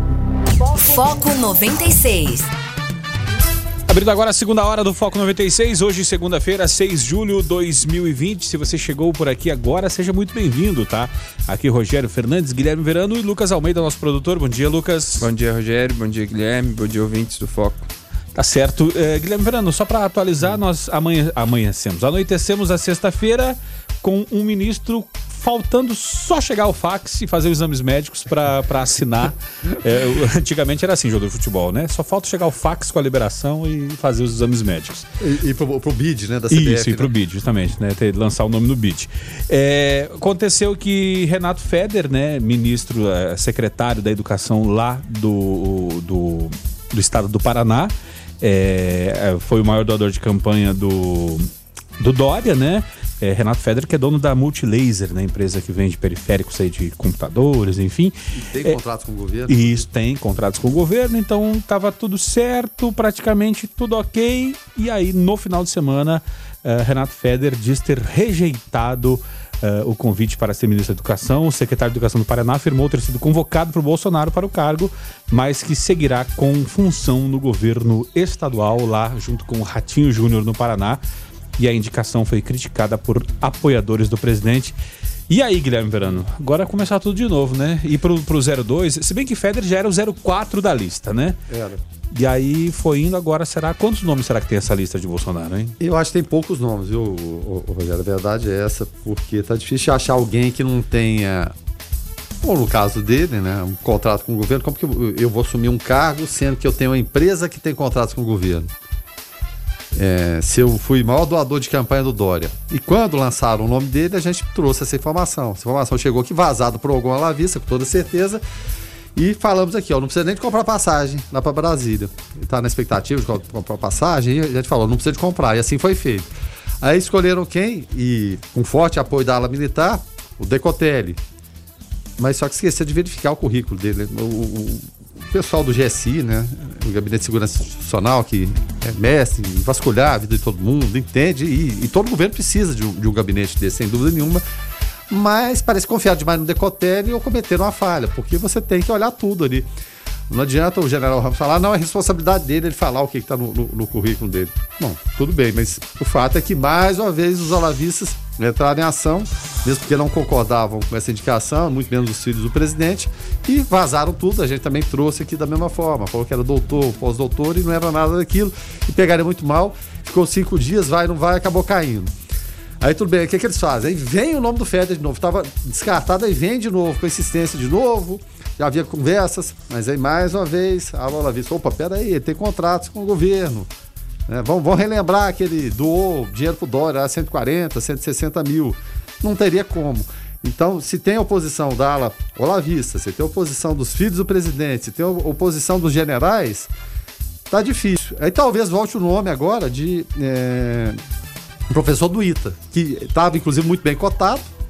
[SPEAKER 1] Foco noventa e seis.
[SPEAKER 3] Abrindo agora a segunda hora do Foco noventa e seis, hoje segunda-feira, seis de julho de dois mil e vinte. Se você chegou por aqui agora, seja muito bem-vindo, tá? Aqui Rogério Fernandes, Guilherme Verano e Lucas Almeida, nosso produtor. Bom dia, Lucas.
[SPEAKER 8] Bom dia, Rogério. Bom dia, Guilherme. Bom dia, ouvintes do Foco.
[SPEAKER 3] Tá certo. É, Guilherme Verano, só para atualizar, nós amanhã, amanhecemos, anoitecemos a sexta-feira com um ministro faltando só chegar ao fax e fazer os exames médicos para assinar. É, antigamente era assim, jogo de futebol, né? Só falta chegar ao fax com a liberação e fazer os exames médicos.
[SPEAKER 4] E, e pro, pro B I D, né? Da C B F,
[SPEAKER 3] Isso, e
[SPEAKER 4] né?
[SPEAKER 3] pro B I D, justamente, né? Ter, lançar o nome no B I D. É, aconteceu que Renato Feder, né? Ministro, é, secretário da Educação lá do, do, do estado do Paraná, é, foi o maior doador de campanha do, do Dória, né? É, Renato Feder, que é dono da Multilaser, né? Empresa que vende periféricos aí de computadores, enfim.
[SPEAKER 4] E tem
[SPEAKER 3] é,
[SPEAKER 4] contratos com o governo?
[SPEAKER 3] Isso, tem contratos com o governo, então estava tudo certo, praticamente tudo ok. E aí, no final de semana, uh, Renato Feder diz ter rejeitado uh, o convite para ser ministro da Educação. O secretário de Educação do Paraná afirmou ter sido convocado por Bolsonaro para o cargo, mas que seguirá com função no governo estadual, lá junto com o Ratinho Júnior no Paraná. E a indicação foi criticada por apoiadores do presidente. E aí, Guilherme Verano, agora começar tudo de novo, né? Ir pro, pro zero dois, se bem que Feder já era o zero quatro da lista, né?
[SPEAKER 4] Era.
[SPEAKER 3] E aí foi indo, agora será... Quantos nomes será que tem essa lista de Bolsonaro, hein?
[SPEAKER 4] Eu acho que tem poucos nomes, viu, o, o, o Rogério? A verdade é essa, porque tá difícil de achar alguém que não tenha, ou no caso dele, né, um contrato com o governo. Como que eu, eu vou assumir um cargo sendo que eu tenho uma empresa que tem contratos com o governo? É, se eu fui maior doador de campanha do Dória. E quando lançaram o nome dele, a gente trouxe essa informação. Essa informação chegou aqui vazada por alguma lavista, com toda certeza. E falamos aqui, ó, não precisa nem de comprar passagem lá para Brasília. Ele tá na expectativa de comprar passagem, e a gente falou, não precisa de comprar. E assim foi feito. Aí escolheram quem? E com forte apoio da ala militar, o Decotelli. Mas só que esqueceu de verificar o currículo dele. O, o, o pessoal do G S I, né? O Gabinete de Segurança Institucional, que é mestre em vasculhar a vida de todo mundo, entende, e, e todo governo precisa de um, de um gabinete desse, sem dúvida nenhuma, mas parece confiar demais no Decotelli ou cometeram uma falha, porque você tem que olhar tudo ali. Não adianta o general Ramos falar, não, é responsabilidade dele ele falar o que está no, no, no currículo dele. Bom, tudo bem, mas o fato é que mais uma vez os olavistas entraram em ação, mesmo porque não concordavam com essa indicação, muito menos os filhos do presidente, e vazaram tudo. A gente também trouxe aqui da mesma forma, falou que era doutor, pós-doutor, e não era nada daquilo, e pegaram muito mal, ficou cinco dias, vai, não vai, acabou caindo. Aí tudo bem, o que, que eles fazem? Aí vem o nome do Feder de novo, estava descartado, aí vem de novo, com insistência de novo, já havia conversas, mas aí mais uma vez, a Lola disse, opa, peraí, ele tem contratos com o governo. É, vamos, vamos relembrar que ele doou dinheiro pro Dória, cento e quarenta, cento e sessenta mil. Não teria como. Então, se tem oposição da ala olavista, se tem oposição dos filhos do presidente, se tem oposição dos generais, tá difícil. Aí talvez volte o nome agora de é, professor do I T A, que estava inclusive muito bem cotado,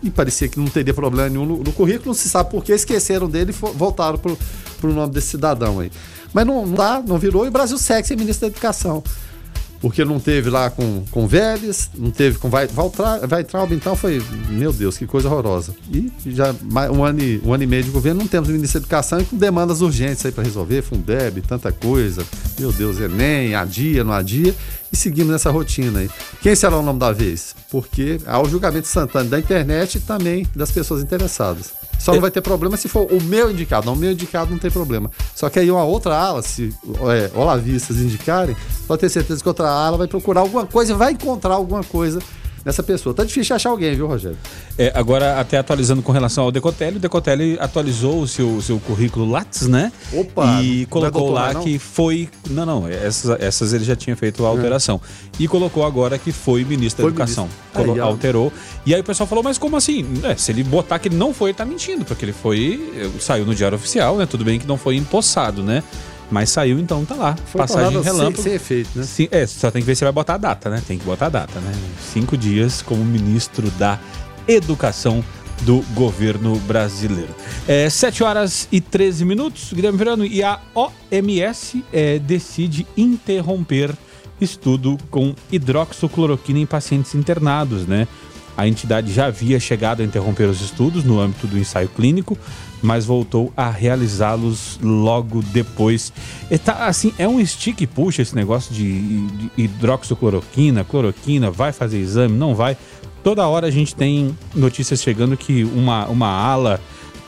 [SPEAKER 4] e parecia que não teria problema nenhum no, no currículo, não se sabe por que esqueceram dele e for, voltaram pro, pro nome desse cidadão aí. Mas não, não dá, não virou, e o Brasil segue sem ministro da Educação. Porque não teve lá com, com Vélez, não teve com Weintraub, então foi, meu Deus, que coisa horrorosa. E já um ano, e, um ano e meio de governo, não temos ministro da Educação e com demandas urgentes aí para resolver, Fundeb, tanta coisa. Meu Deus, Enem, adia, não adia, e seguimos nessa rotina aí. Quem será o nome da vez? Porque há o julgamento instantâneo da internet e também das pessoas interessadas. Só não vai ter problema se for o meu indicado. Não, o meu indicado não tem problema. Só que aí uma outra ala, se é, olavistas indicarem, pode ter certeza que outra ala vai procurar alguma coisa e vai encontrar alguma coisa nessa pessoa. Tá difícil achar alguém, viu, Rogério?
[SPEAKER 3] É, agora, até atualizando com relação ao Decotelli, o Decotelli atualizou o seu, seu currículo Lattes, né?
[SPEAKER 4] Opa!
[SPEAKER 3] E colocou
[SPEAKER 4] não é
[SPEAKER 3] lá
[SPEAKER 4] não?
[SPEAKER 3] que foi... Não, não, essas, essas ele já tinha feito a alteração. É. E colocou agora que foi ministro
[SPEAKER 4] foi
[SPEAKER 3] da Educação.
[SPEAKER 4] Ministro.
[SPEAKER 3] Colo- aí, alterou. E aí o pessoal falou, mas como assim? É, se ele botar que ele não foi, ele tá mentindo, porque ele foi... Saiu no Diário Oficial, né? Tudo bem que não foi empossado, né? Mas saiu, então tá lá.
[SPEAKER 4] Foi
[SPEAKER 3] passagem relâmpago.
[SPEAKER 4] Sem, sem efeito, né?
[SPEAKER 3] Sim, é, só tem que ver se vai botar a data, né? Tem que botar a data, né? Cinco dias como ministro da Educação do governo brasileiro. É, sete horas e treze minutos, Guilherme Verano, e a O M S é, decide interromper estudo com hidroxicloroquina em pacientes internados, né? A entidade já havia chegado a interromper os estudos no âmbito do ensaio clínico, mas voltou a realizá-los logo depois. E tá, assim, é um estica e puxa esse negócio de, de hidroxicloroquina, cloroquina, vai fazer exame, não vai. Toda hora a gente tem notícias chegando que uma, uma ala,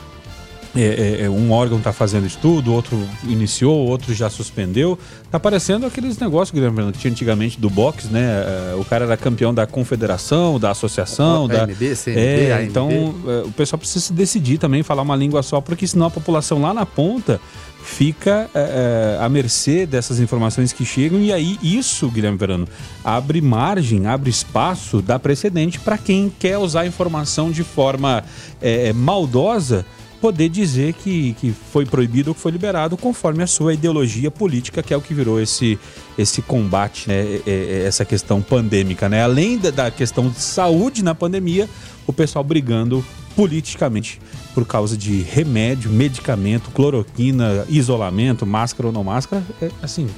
[SPEAKER 3] é, é, um órgão está fazendo estudo, outro iniciou, outro já suspendeu. Tá parecendo aqueles negócios, Guilherme, que tinha antigamente do boxe, né? O cara era campeão da confederação, da associação,
[SPEAKER 4] o
[SPEAKER 3] da...
[SPEAKER 4] A M B, C M B,
[SPEAKER 3] é,
[SPEAKER 4] A M B.
[SPEAKER 3] Então, é, o pessoal precisa se decidir também, falar uma língua só, porque senão a população lá na ponta fica é, à mercê dessas informações que chegam, e aí isso, Guilherme Verano, abre margem, abre espaço, dá precedente para quem quer usar a informação de forma é, maldosa, poder dizer que, que foi proibido ou que foi liberado conforme a sua ideologia política, que é o que virou esse, esse combate, né? Essa questão pandêmica, né? Além da, da questão de saúde na pandemia, o pessoal brigando politicamente por causa de remédio, medicamento, cloroquina, isolamento, máscara ou não máscara, é assim,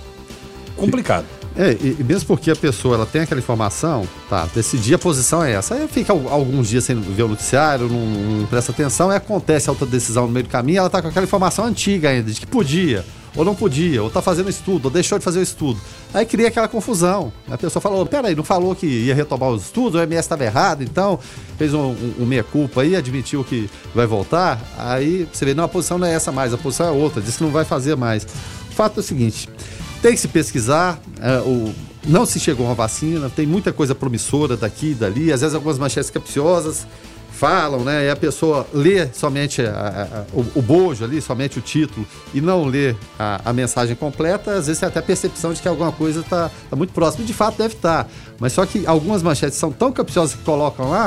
[SPEAKER 3] complicado.
[SPEAKER 4] É, e mesmo porque a pessoa ela tem aquela informação, tá, decidir a posição é essa. Aí fica alguns dias sem ver o noticiário, não, não presta atenção, e acontece a outra decisão no meio do caminho, ela tá com aquela informação antiga ainda, de que podia, ou não podia, ou tá fazendo estudo, ou deixou de fazer o estudo. Aí cria aquela confusão. A pessoa falou, peraí, não falou que ia retomar os estudos, o M S estava errado, então fez um, um, um meia-culpa aí, admitiu que vai voltar. Aí você vê, não, a posição não é essa mais, a posição é outra, disse que não vai fazer mais. O fato é o seguinte... Tem que se pesquisar, é, o, não se chegou a uma vacina, tem muita coisa promissora daqui e dali, às vezes algumas manchetes capciosas falam, né, e a pessoa lê somente a, a, o, o bojo ali, somente o título, e não lê a, a mensagem completa, às vezes tem até a percepção de que alguma coisa está tá muito próxima, e de fato deve estar, mas só que algumas manchetes são tão capciosas que colocam lá,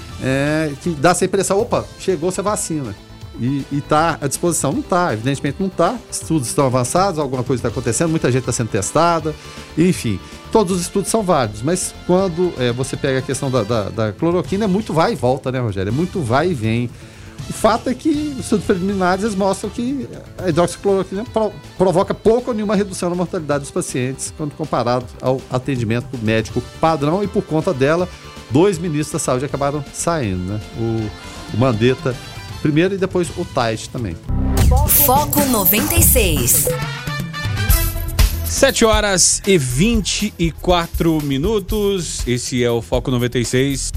[SPEAKER 4] é, que dá essa impressão, opa, chegou-se a vacina. E está à disposição. Não está, evidentemente não está. Estudos estão avançados, alguma coisa está acontecendo, muita gente está sendo testada, enfim, todos os estudos são válidos, mas quando é, você pega a questão da, da, da cloroquina, é muito vai e volta, né, Rogério? É muito vai e vem. O fato é que os estudos preliminares eles mostram que a hidroxicloroquina pro, provoca pouco ou nenhuma redução na mortalidade dos pacientes quando comparado ao atendimento médico padrão, e por conta dela, dois ministros da saúde acabaram saindo, né? O, o Mandetta primeiro e depois o Tait também.
[SPEAKER 1] Foco noventa e seis.
[SPEAKER 3] sete horas e vinte e quatro minutos. Esse é o Foco noventa e seis.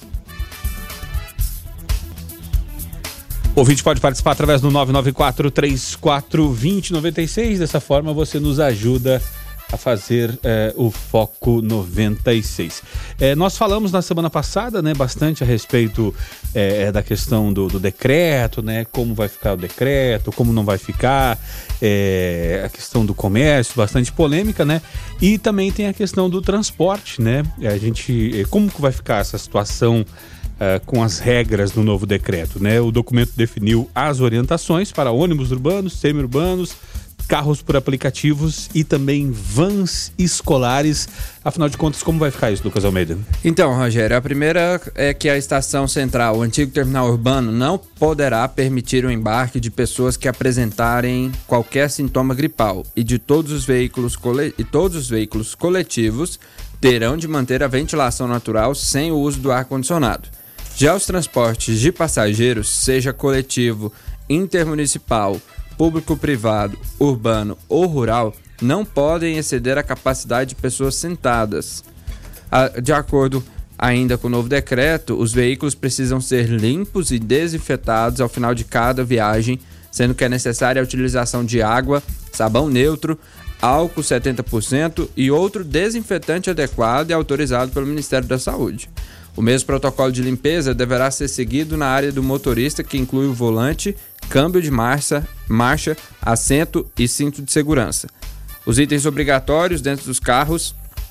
[SPEAKER 3] O ouvinte pode participar através do nove nove quatro, três quatro dois zero, nove seis. Dessa forma você nos ajuda a fazer é, o Foco noventa e seis. É, nós falamos na semana passada, né, bastante a respeito é, da questão do, do decreto, né, como vai ficar o decreto, como não vai ficar, é, a questão do comércio, bastante polêmica, né, e também tem a questão do transporte, né, a gente, como que vai ficar essa situação Uh, com as regras do novo decreto, né? O documento definiu as orientações para ônibus urbanos, semi-urbanos, carros por aplicativos e também vans escolares. Afinal de contas, como vai ficar isso, Lucas Almeida?
[SPEAKER 8] Então, Rogério, a primeira é que a estação central, o antigo terminal urbano, não poderá permitir o embarque de pessoas que apresentarem qualquer sintoma gripal e de todos os veículos cole... e todos os veículos coletivos terão de manter a ventilação natural sem o uso do ar-condicionado. Já os transportes de passageiros, seja coletivo, intermunicipal, público-privado, urbano ou rural, não podem exceder a capacidade de pessoas sentadas. De acordo ainda com o novo decreto, os veículos precisam ser limpos e desinfetados ao final de cada viagem, sendo que é necessária a utilização de água, sabão neutro, álcool setenta por cento e outro desinfetante adequado e autorizado pelo Ministério da Saúde. O mesmo protocolo de limpeza deverá ser seguido na área do motorista, que inclui o volante, câmbio de marcha, marcha, assento e cinto de segurança. Os itens obrigatórios dentro dos carros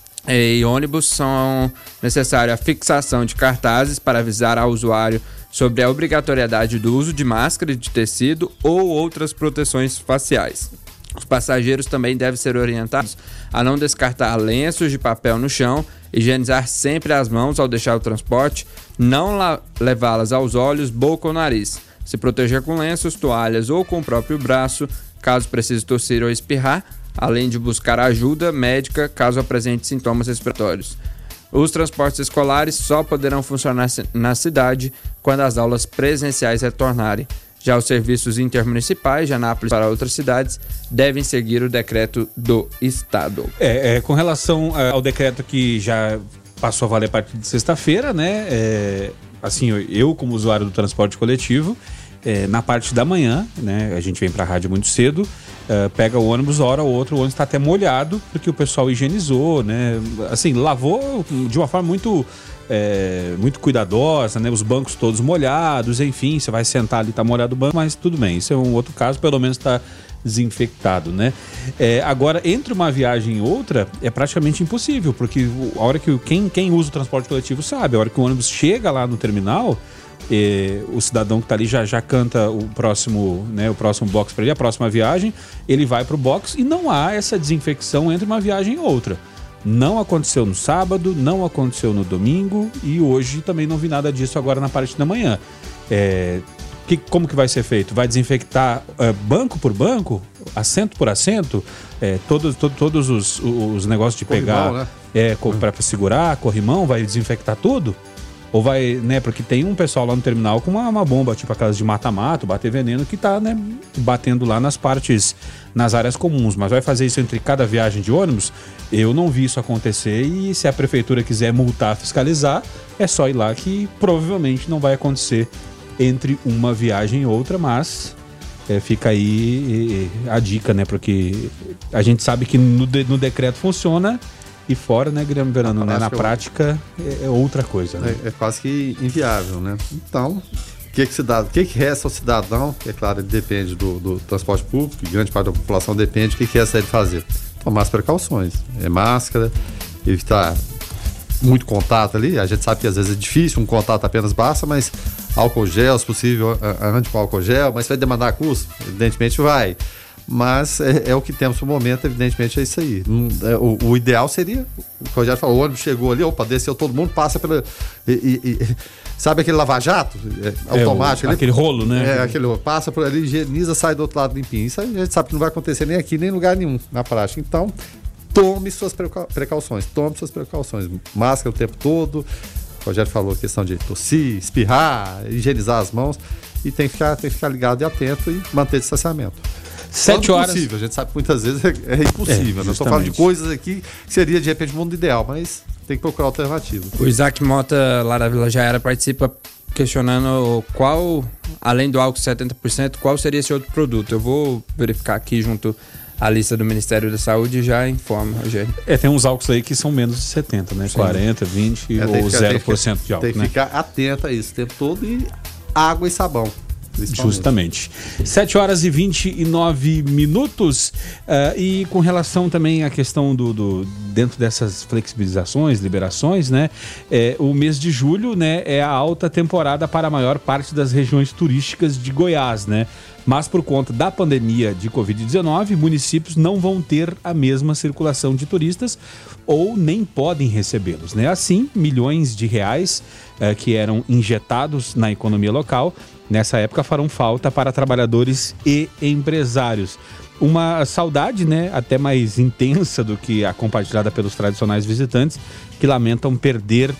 [SPEAKER 8] e ônibus são necessários a fixação de cartazes para avisar ao usuário sobre a obrigatoriedade do uso de máscara de tecido ou outras proteções faciais. Os passageiros também devem ser orientados a não descartar lenços de papel no chão, higienizar sempre as mãos ao deixar o transporte, não la- levá-las aos olhos, boca ou nariz, se proteger com lenços, toalhas ou com o próprio braço, caso precise tossir ou espirrar, além de buscar ajuda médica caso apresente sintomas respiratórios. Os transportes escolares só poderão funcionar na cidade quando as aulas presenciais retornarem. Já os serviços intermunicipais de Anápolis para outras cidades devem seguir o decreto do Estado.
[SPEAKER 3] É, é com relação ao decreto que já passou a valer a partir de sexta-feira, né? É, assim, eu como usuário do transporte coletivo, é, na parte da manhã, né? A gente vem para a rádio muito cedo, é, pega o ônibus, hora ou outra, o ônibus está até molhado, porque o pessoal higienizou, né? Assim, lavou de uma forma muito... É, muito cuidadosa, né? Os bancos todos molhados, enfim, você vai sentar ali, tá molhado o banco, mas tudo bem, isso é um outro caso, pelo menos tá desinfectado, né? É, agora, entre uma viagem e outra, é praticamente impossível, porque a hora que quem, quem usa o transporte coletivo sabe, a hora que o ônibus chega lá no terminal, é, o cidadão que tá ali já, já canta o próximo, né, o próximo box para ele, a próxima viagem, ele vai pro box e não há essa desinfecção entre uma viagem e outra. Não aconteceu no sábado, não aconteceu no domingo e hoje também não vi nada disso agora na parte da manhã. É, que, como que vai ser feito? Vai desinfectar é, banco por banco, assento por assento, é, todos, todo, todos os, os negócios de corrimão, pegar, né? é, para segurar, corrimão, vai desinfectar tudo? Ou vai, né, porque tem um pessoal lá no terminal com uma, uma bomba, tipo aquelas de mata-mato, bater veneno, que tá, né, batendo lá nas partes, nas áreas comuns. Mas vai fazer isso entre cada viagem de ônibus? Eu não vi isso acontecer e se a prefeitura quiser multar, fiscalizar, é só ir lá que provavelmente não vai acontecer entre uma viagem e outra, mas é, fica aí a dica, né, porque a gente sabe que no, de, no decreto funciona... E fora, né, Guilherme Verano, na, né? Na prática é, é outra coisa, né?
[SPEAKER 4] É, é quase que inviável, né? Então, o que que, cidadão, que que resta ao cidadão? É claro, ele depende do, do transporte público, e grande parte da população depende, o que que resta ele fazer? Tomar as precauções. É máscara, evitar muito contato ali, a gente sabe que às vezes é difícil, um contato apenas basta, mas álcool gel, se possível, ande com álcool gel, mas vai demandar custo? Evidentemente vai. Mas é, é o que temos no momento, evidentemente é isso aí. O, o ideal seria, o Rogério falou, o ônibus chegou ali, opa, desceu todo mundo, passa pela... E, e, e, sabe aquele lava-jato? É, automático.
[SPEAKER 3] É, o, ali, aquele rolo, né?
[SPEAKER 4] É, aquele rolo. Passa por ali, higieniza, sai do outro lado limpinho. Isso aí a gente sabe que não vai acontecer nem aqui, nem em lugar nenhum na prática. Então, tome suas precauções, tome suas precauções. Máscara o tempo todo. O Rogério falou a questão de tossir, espirrar, higienizar as mãos. E tem que ficar, tem que ficar ligado e atento e manter distanciamento.
[SPEAKER 3] Sete horas.
[SPEAKER 4] É impossível, a gente sabe que muitas vezes é, é impossível. É, não estou falando de coisas aqui que seria de repente o mundo ideal, mas tem que procurar alternativa.
[SPEAKER 8] O Isaac Mota, lá da Vila Jaera, participa questionando qual, além do álcool setenta por cento, qual seria esse outro produto. Eu vou verificar aqui junto à lista do Ministério da Saúde e já informo, Rogério.
[SPEAKER 3] É, tem uns álcools aí que são menos de setenta, né? Sim. quarenta, vinte é, ou zero por cento de álcool.
[SPEAKER 4] Tem que
[SPEAKER 3] né?
[SPEAKER 4] ficar atento a isso o tempo todo e água e sabão.
[SPEAKER 3] Justamente. sete horas e vinte e nove minutos. Uh, e com relação também à questão do, do dentro dessas flexibilizações, liberações, né? É, o mês de julho, né, é a alta temporada para a maior parte das regiões turísticas de Goiás, né? Mas por conta da pandemia de covid dezenove, municípios não vão ter a mesma circulação de turistas ou nem podem recebê-los, né? Assim, milhões de reais uh, que eram injetados na economia local nessa época farão falta para trabalhadores e empresários. Uma saudade, né, até mais intensa do que a compartilhada pelos tradicionais visitantes, que lamentam perder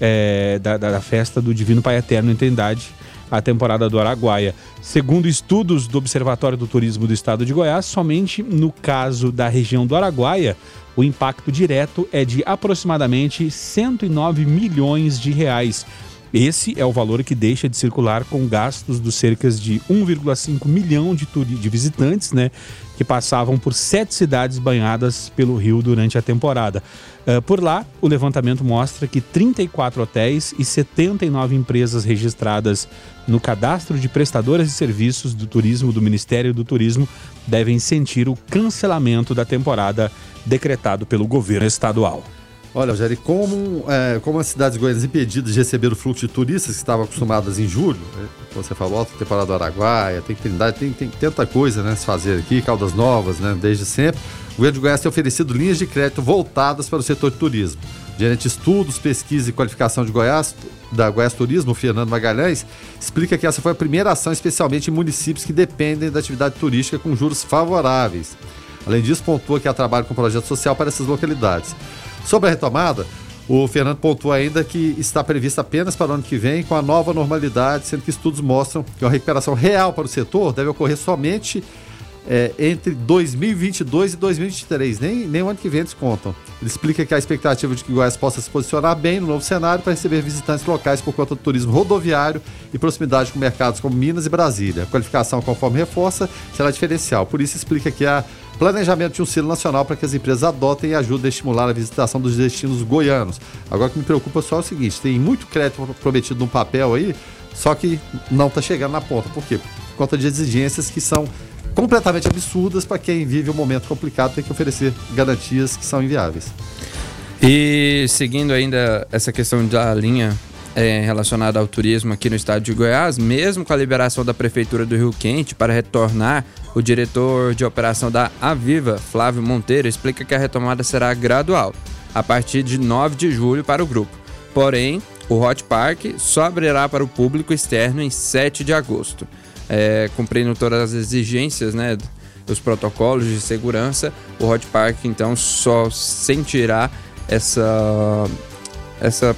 [SPEAKER 3] é, da, da festa do Divino Pai Eterno em Trindade, a temporada do Araguaia. Segundo estudos do Observatório do Turismo do Estado de Goiás, somente no caso da região do Araguaia, o impacto direto é de aproximadamente cento e nove milhões de reais. Esse é o valor que deixa de circular com gastos dos cerca de um vírgula cinco milhão de, turi- de visitantes, né, que passavam por sete cidades banhadas pelo rio durante a temporada. Uh, por lá, o levantamento mostra que trinta e quatro hotéis e setenta e nove empresas registradas no cadastro de prestadoras de serviços do turismo do Ministério do Turismo devem sentir o cancelamento da temporada decretado pelo governo estadual.
[SPEAKER 4] Olha, Rogério, como, é, como as cidades goianas impedidas de receber o fluxo de turistas que estavam acostumadas em julho, né, você falou, alta temporada do Araguaia, tem Trindade, tem, tem tanta coisa, né, se fazer aqui, Caldas Novas, né, desde sempre, o governo de Goiás tem oferecido linhas de crédito voltadas para o setor de turismo. O gerente de estudos, pesquisa e qualificação de Goiás, da Goiás Turismo, Fernando Magalhães, explica que essa foi a primeira ação, especialmente em municípios que dependem da atividade turística com juros favoráveis. Além disso, pontua que há trabalho com projeto social para essas localidades. Sobre a retomada, o Fernando pontua ainda que está prevista apenas para o ano que vem com a nova normalidade, sendo que estudos mostram que a recuperação real para o setor deve ocorrer somente é, entre dois mil e vinte e dois e dois mil e vinte e três, nem, nem o ano que vem eles contam. Ele explica que a expectativa de que Goiás possa se posicionar bem no novo cenário para receber visitantes locais por conta do turismo rodoviário e proximidade com mercados como Minas e Brasília. A qualificação, conforme reforça, será diferencial. Por isso explica que há planejamento de um selo nacional para que as empresas adotem e ajudem a estimular a visitação dos destinos goianos. Agora o que me preocupa só é o seguinte, tem muito crédito prometido num papel aí, só que não está chegando na ponta. Por quê? Por conta de exigências que são completamente absurdas para quem vive um momento complicado, tem que oferecer garantias que são inviáveis.
[SPEAKER 8] E seguindo ainda essa questão da linha é, relacionada ao turismo aqui no estado de Goiás, mesmo com a liberação da Prefeitura do Rio Quente para retornar, o diretor de operação da Aviva, Flávio Monteiro, explica que a retomada será gradual, a partir de nove de julho para o grupo. Porém, o Hot Park só abrirá para o público externo em sete de agosto. É, cumprindo todas as exigências, né, dos protocolos de segurança, o Hot Park então só sentirá essa, essa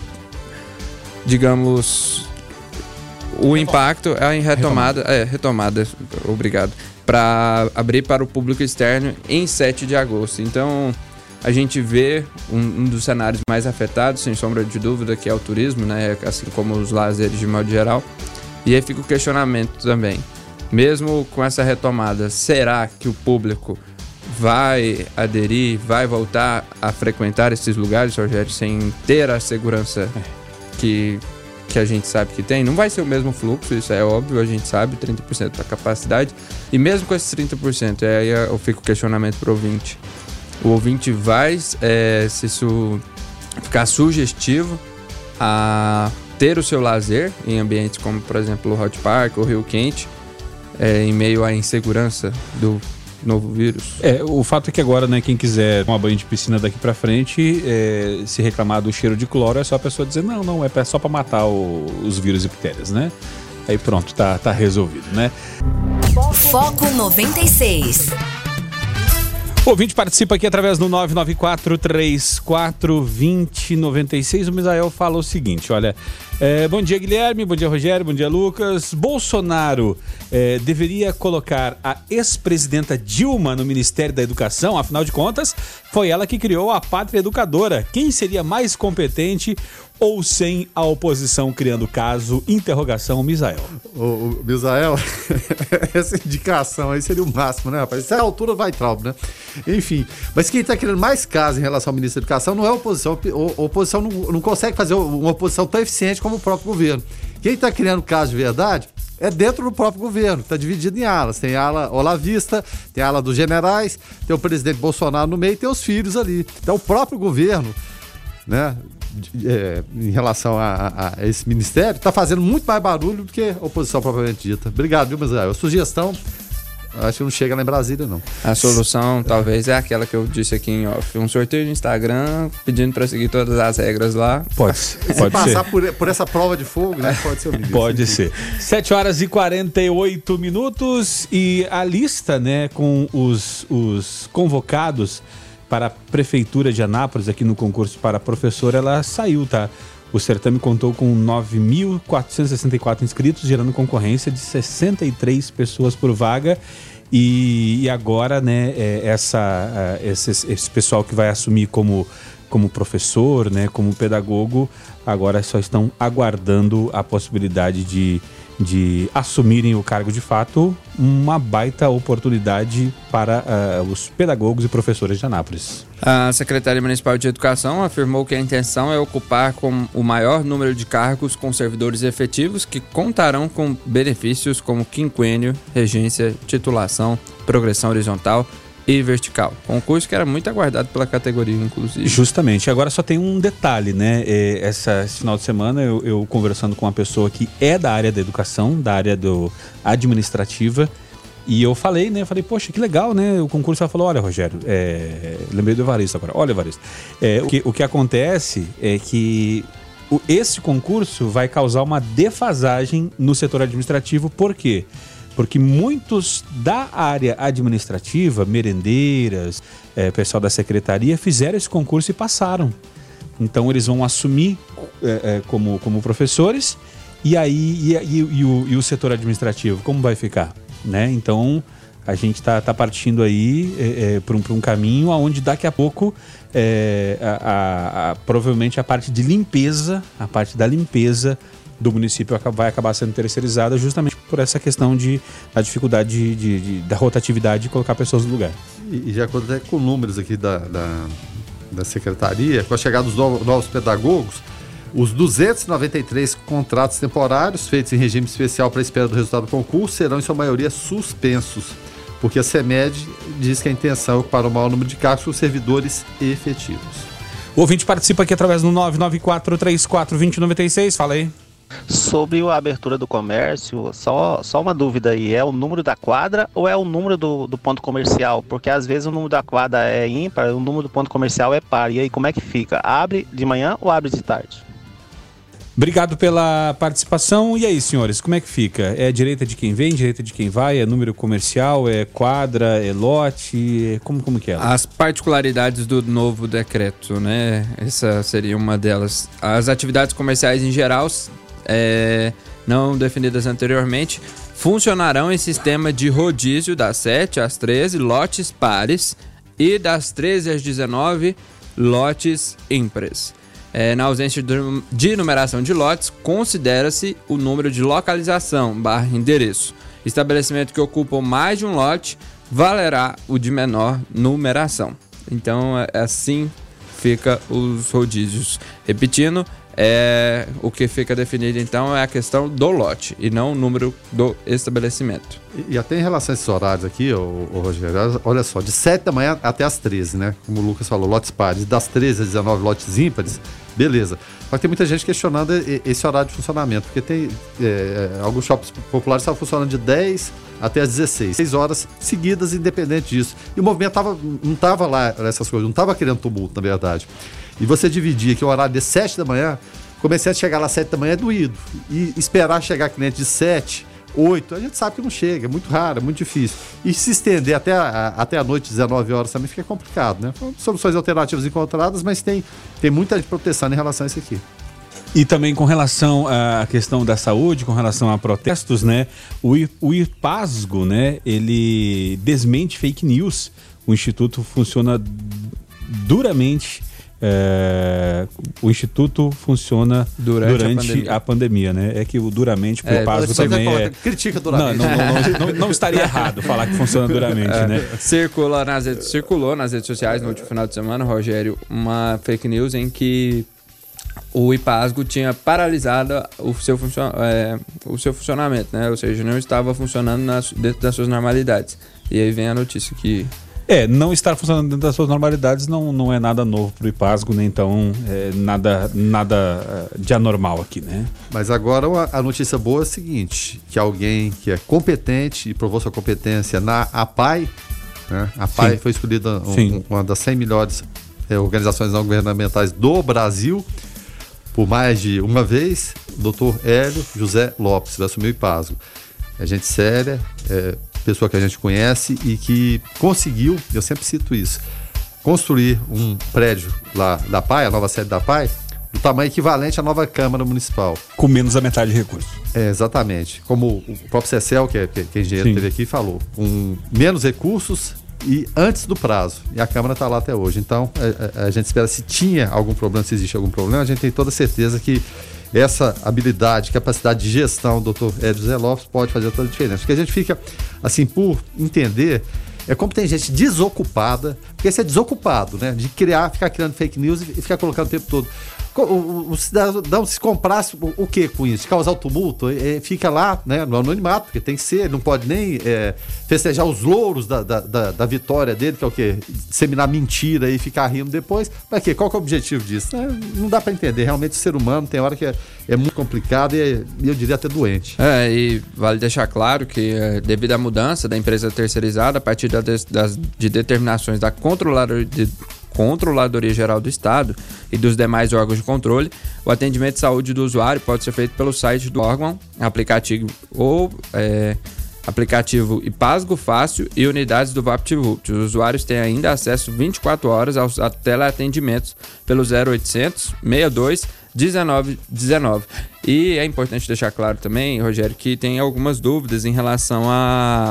[SPEAKER 8] digamos, o impacto é em retomada, é, retomada, obrigado, para abrir para o público externo em sete de agosto. Então, a gente vê um, um dos cenários mais afetados, sem sombra de dúvida, que é o turismo, né, assim como os lazeres de modo geral. E aí fica o questionamento também. Mesmo com essa retomada, será que o público vai aderir, vai voltar a frequentar esses lugares, Rogério, sem ter a segurança que, que a gente sabe que tem? Não vai ser o mesmo fluxo, isso é óbvio, a gente sabe, trinta por cento da capacidade. E mesmo com esses trinta por cento, aí eu fico o questionamento para o ouvinte. O ouvinte vai é, se su... ficar sugestivo a ter o seu lazer em ambientes como, por exemplo, o Hot Park ou o Rio Quente, é, em meio à insegurança do novo vírus.
[SPEAKER 3] É, o fato é que agora, né, quem quiser tomar banho de piscina daqui pra frente, é, se reclamar do cheiro de cloro, é só a pessoa dizer, não, não, é só pra matar o, os vírus e bactérias, né? Aí pronto, tá, tá resolvido, né?
[SPEAKER 1] Foco noventa e seis.
[SPEAKER 3] O ouvinte participa aqui através do nove nove quatro, três quatro, dois zero nove seis. O Misael fala o seguinte, olha, é, bom dia Guilherme, bom dia Rogério, bom dia Lucas. Bolsonaro é, deveria colocar a ex-presidenta Dilma no Ministério da Educação, afinal de contas, foi ela que criou a Pátria Educadora. Quem seria mais competente ou sem a oposição criando caso? Interrogação, Misael.
[SPEAKER 4] O, o Misael, essa indicação aí seria o máximo, né, rapaz? Essa altura vai Traub, né? Enfim, mas quem está querendo mais casos em relação ao ministro da Educação não é a oposição. A oposição não, não consegue fazer uma oposição tão eficiente como o próprio governo. Quem está criando caso de verdade é dentro do próprio governo, está dividido em alas. Tem a ala olavista, tem a ala dos generais, tem o presidente Bolsonaro no meio e tem os filhos ali. Então o próprio governo, né, é, em relação a, a, a esse ministério, está fazendo muito mais barulho do que a oposição propriamente dita. Obrigado, viu, Misael? A sugestão, acho que não chega lá em Brasília, não.
[SPEAKER 8] A solução, talvez, é aquela que eu disse aqui em off. Um sorteio no Instagram, pedindo para seguir todas as regras lá.
[SPEAKER 3] Pode,
[SPEAKER 4] Se
[SPEAKER 3] pode
[SPEAKER 4] passar
[SPEAKER 3] ser.
[SPEAKER 4] por, por essa prova de fogo, né? Pode ser o ministro.
[SPEAKER 3] Pode ser. sete horas e quarenta e oito minutos e a lista, né, com os, os convocados para a Prefeitura de Anápolis, aqui no concurso para professor, ela saiu, tá? O certame contou com nove mil quatrocentos e sessenta e quatro inscritos, gerando concorrência de sessenta e três pessoas por vaga. E, e agora, né, é, essa, esse, esse pessoal que vai assumir como, como professor, né, como pedagogo, agora só estão aguardando a possibilidade de, de assumirem o cargo de fato, uma baita oportunidade para uh, os pedagogos e professores de Anápolis.
[SPEAKER 8] A Secretaria Municipal de Educação afirmou que a intenção é ocupar com o maior número de cargos com servidores efetivos que contarão com benefícios como quinquênio, regência, titulação, progressão horizontal e vertical. Concurso que era muito aguardado pela categoria, inclusive.
[SPEAKER 3] Justamente. Agora só tem um detalhe, né? Essa, esse final de semana eu, eu conversando com uma pessoa que é da área da educação, da área do administrativa, e eu falei, né? Eu falei, poxa, que legal, né? O concurso, ela falou, olha, Rogério, é... lembrei do Evaristo agora. Olha, Evaristo, é, o, que, o que acontece é que o, esse concurso vai causar uma defasagem no setor administrativo. Por quê? Porque muitos da área administrativa, merendeiras, é, pessoal da secretaria, fizeram esse concurso e passaram. Então eles vão assumir é, é, como, como professores, e aí e, e, e, o, e o setor administrativo, como vai ficar? Né? Então a gente está tá partindo aí é, é, para um, um caminho onde daqui a pouco é, a, a, a, provavelmente a parte de limpeza, a parte da limpeza do município vai acabar sendo terceirizada justamente por essa questão de da dificuldade de, de, de, da rotatividade de colocar pessoas no lugar.
[SPEAKER 4] E, e já até com números aqui da, da, da secretaria, com a chegada dos novos, novos pedagogos, os duzentos e noventa e três contratos temporários feitos em regime especial para a espera do resultado do concurso serão, em sua maioria, suspensos, porque a CEMED diz que a intenção é ocupar o maior número de cargos com servidores efetivos.
[SPEAKER 3] O ouvinte participa aqui através do nove nove quatro três quatro dois zero nove seis. Fala aí.
[SPEAKER 9] Sobre a abertura do comércio, só, só uma dúvida aí, é o número da quadra ou é o número do, do ponto comercial? Porque às vezes o número da quadra é ímpar, o número do ponto comercial é par. E aí como é que fica? Abre de manhã ou abre de tarde?
[SPEAKER 3] Obrigado pela participação. E aí, senhores, como é que fica? É direita de quem vem, direita de quem vai? É número comercial? É quadra? É lote? É... Como, como que é?
[SPEAKER 8] As particularidades do novo decreto, né? Essa seria uma delas. As atividades comerciais em geral, é, não definidas anteriormente, funcionarão em sistema de rodízio das sete às treze, lotes pares, e das treze às dezenove, lotes ímpares. É, na ausência de numeração de lotes, considera-se o número de localização barra endereço. Estabelecimento que ocupa mais de um lote valerá o de menor numeração. Então, assim fica os rodízios. Repetindo, é, o que fica definido então é a questão do lote e não o número do estabelecimento.
[SPEAKER 4] E, e até em relação a esses horários aqui, ô, ô, Rogério, olha só, de sete da manhã até as treze, né? Como o Lucas falou, lotes pares, das treze às dezenove, lotes ímpares, beleza. Só que tem muita gente questionando esse horário de funcionamento, porque tem é, alguns shoppings populares estavam funcionando de dez até as dezesseis, seis horas seguidas, independente disso. E o movimento tava, não estava lá, essas coisas, não estava querendo tumulto, na verdade. E você dividir aqui o horário de sete da manhã, comecei a chegar lá às sete da manhã é doído. E esperar chegar cliente de sete, oito, a gente sabe que não chega, é muito raro, é muito difícil. E se estender até a, até a noite, dezenove horas, também fica complicado, né? São soluções alternativas encontradas, mas tem, tem muita proteção em relação a isso aqui.
[SPEAKER 3] E também com relação à questão da saúde, com relação a protestos, né? O, I, o IPASGO, né? Ele desmente fake news. O Instituto funciona duramente. É, o Instituto funciona durante, durante a, pandemia. a pandemia, né? É que o duramente pro é, PASGO também é...
[SPEAKER 4] Critica duramente.
[SPEAKER 3] Não, não, não, não, não estaria errado falar que funciona duramente, é, né?
[SPEAKER 8] Circula nas redes, circulou nas redes sociais no último final de semana, Rogério, uma fake news em que o IPASGO tinha paralisado o seu, funcion, é, o seu funcionamento, né? Ou seja, não estava funcionando nas, dentro das suas normalidades. E aí vem a notícia que...
[SPEAKER 3] É, não estar funcionando dentro das suas normalidades não, não é nada novo pro IPASGO, nem então é, nada, nada de anormal aqui, né?
[SPEAKER 4] Mas agora a notícia boa é a seguinte, que alguém que é competente e provou sua competência na APAI, né? A APAI Sim. foi escolhida um, uma das cem melhores é, organizações não governamentais do Brasil, por mais de uma vez, o doutor Hélio José Lopes vai assumir o IPASGO. É gente séria, é pessoa que a gente conhece e que conseguiu, eu sempre cito isso, construir um prédio lá da APAI, a nova sede da APAI, do tamanho equivalente à nova Câmara Municipal.
[SPEAKER 3] Com menos da metade de recursos.
[SPEAKER 4] É, exatamente. Como o próprio Cecel, que é, que é engenheiro, teve aqui, falou. Um, menos recursos e antes do prazo. E a Câmara está lá até hoje. Então, a, a, a gente espera, se tinha algum problema, se existe algum problema, a gente tem toda certeza que essa habilidade, capacidade de gestão do doutor Hélio José Lopes pode fazer toda a diferença. Porque a gente fica, assim, por entender, é como tem gente desocupada, porque você é desocupado, né? De criar, ficar criando fake news e ficar colocando o tempo todo. O, o, o cidadão se comprasse o, o que com isso? De causar o tumulto? É, fica lá, né, no anonimato, porque tem que ser, não pode nem é, festejar os louros da, da, da, da vitória dele, que é o quê? Disseminar mentira e ficar rindo depois. Pra quê? Qual que é o objetivo disso? É, não dá pra entender. Realmente o ser humano tem hora que é, é muito complicado e é, eu diria até doente.
[SPEAKER 8] É, e vale deixar claro que é, devido à mudança da empresa terceirizada, a partir da, das, de determinações da controladoria de Controladoria Geral do Estado e dos demais órgãos de controle, o atendimento de saúde do usuário pode ser feito pelo site do órgão, aplicativo ou é, aplicativo IPASGO Fácil e unidades do VaptVupt. Os usuários têm ainda acesso vinte e quatro horas aos a teleatendimentos pelo zero oitocentos, sessenta e dois, dezenove dezenove. E é importante deixar claro também, Rogério, que tem algumas dúvidas em relação a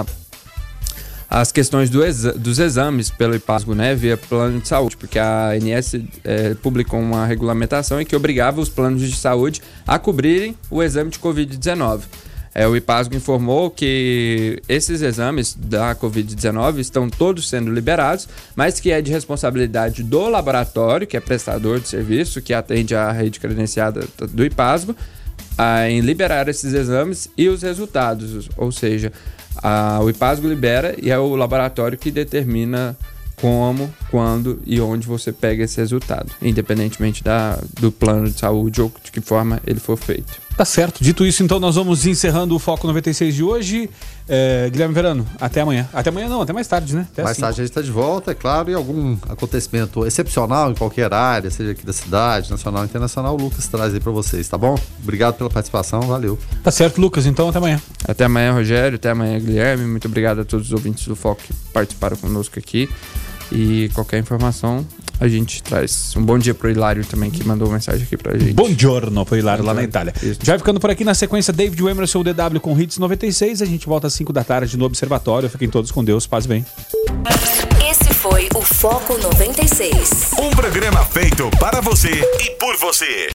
[SPEAKER 8] as questões do exa- dos exames pelo IPASGO, né, via plano de saúde, porque a A N S é, publicou uma regulamentação em que obrigava os planos de saúde a cobrirem o exame de covid dezenove. É, o IPASGO informou que esses exames da covid dezenove estão todos sendo liberados, mas que é de responsabilidade do laboratório, que é prestador de serviço, que atende à rede credenciada do IPASGO, a, em liberar esses exames e os resultados, ou seja, a, o IPASGO libera e é o laboratório que determina como, quando e onde você pega esse resultado, independentemente da, do plano de saúde ou de que forma ele for feito.
[SPEAKER 3] Tá certo. Dito isso, então, nós vamos encerrando o Foco noventa e seis de hoje. É, Guilherme Verano, até amanhã. Até amanhã não, até mais tarde, né? Até
[SPEAKER 4] mais tarde a gente está de volta, é claro, e algum acontecimento excepcional em qualquer área, seja aqui da cidade, nacional ou internacional, o Lucas traz aí para vocês, tá bom? Obrigado pela participação, valeu.
[SPEAKER 3] Tá certo, Lucas, então até amanhã.
[SPEAKER 8] Até amanhã, Rogério, até amanhã, Guilherme. Muito obrigado a todos os ouvintes do Foco que participaram conosco aqui. E qualquer informação a gente traz. Um bom dia pro Hilário também, que mandou mensagem aqui pra gente.
[SPEAKER 3] Bom giorno pro Hilário lá na Itália.
[SPEAKER 8] Isso.
[SPEAKER 3] Já ficando por aqui na sequência, David Emerson, D W com Hits noventa e seis. A gente volta às cinco da tarde no Observatório. Fiquem todos com Deus, paz e bem.
[SPEAKER 1] Esse foi o Foco noventa e seis.
[SPEAKER 2] Um programa feito para você e por você.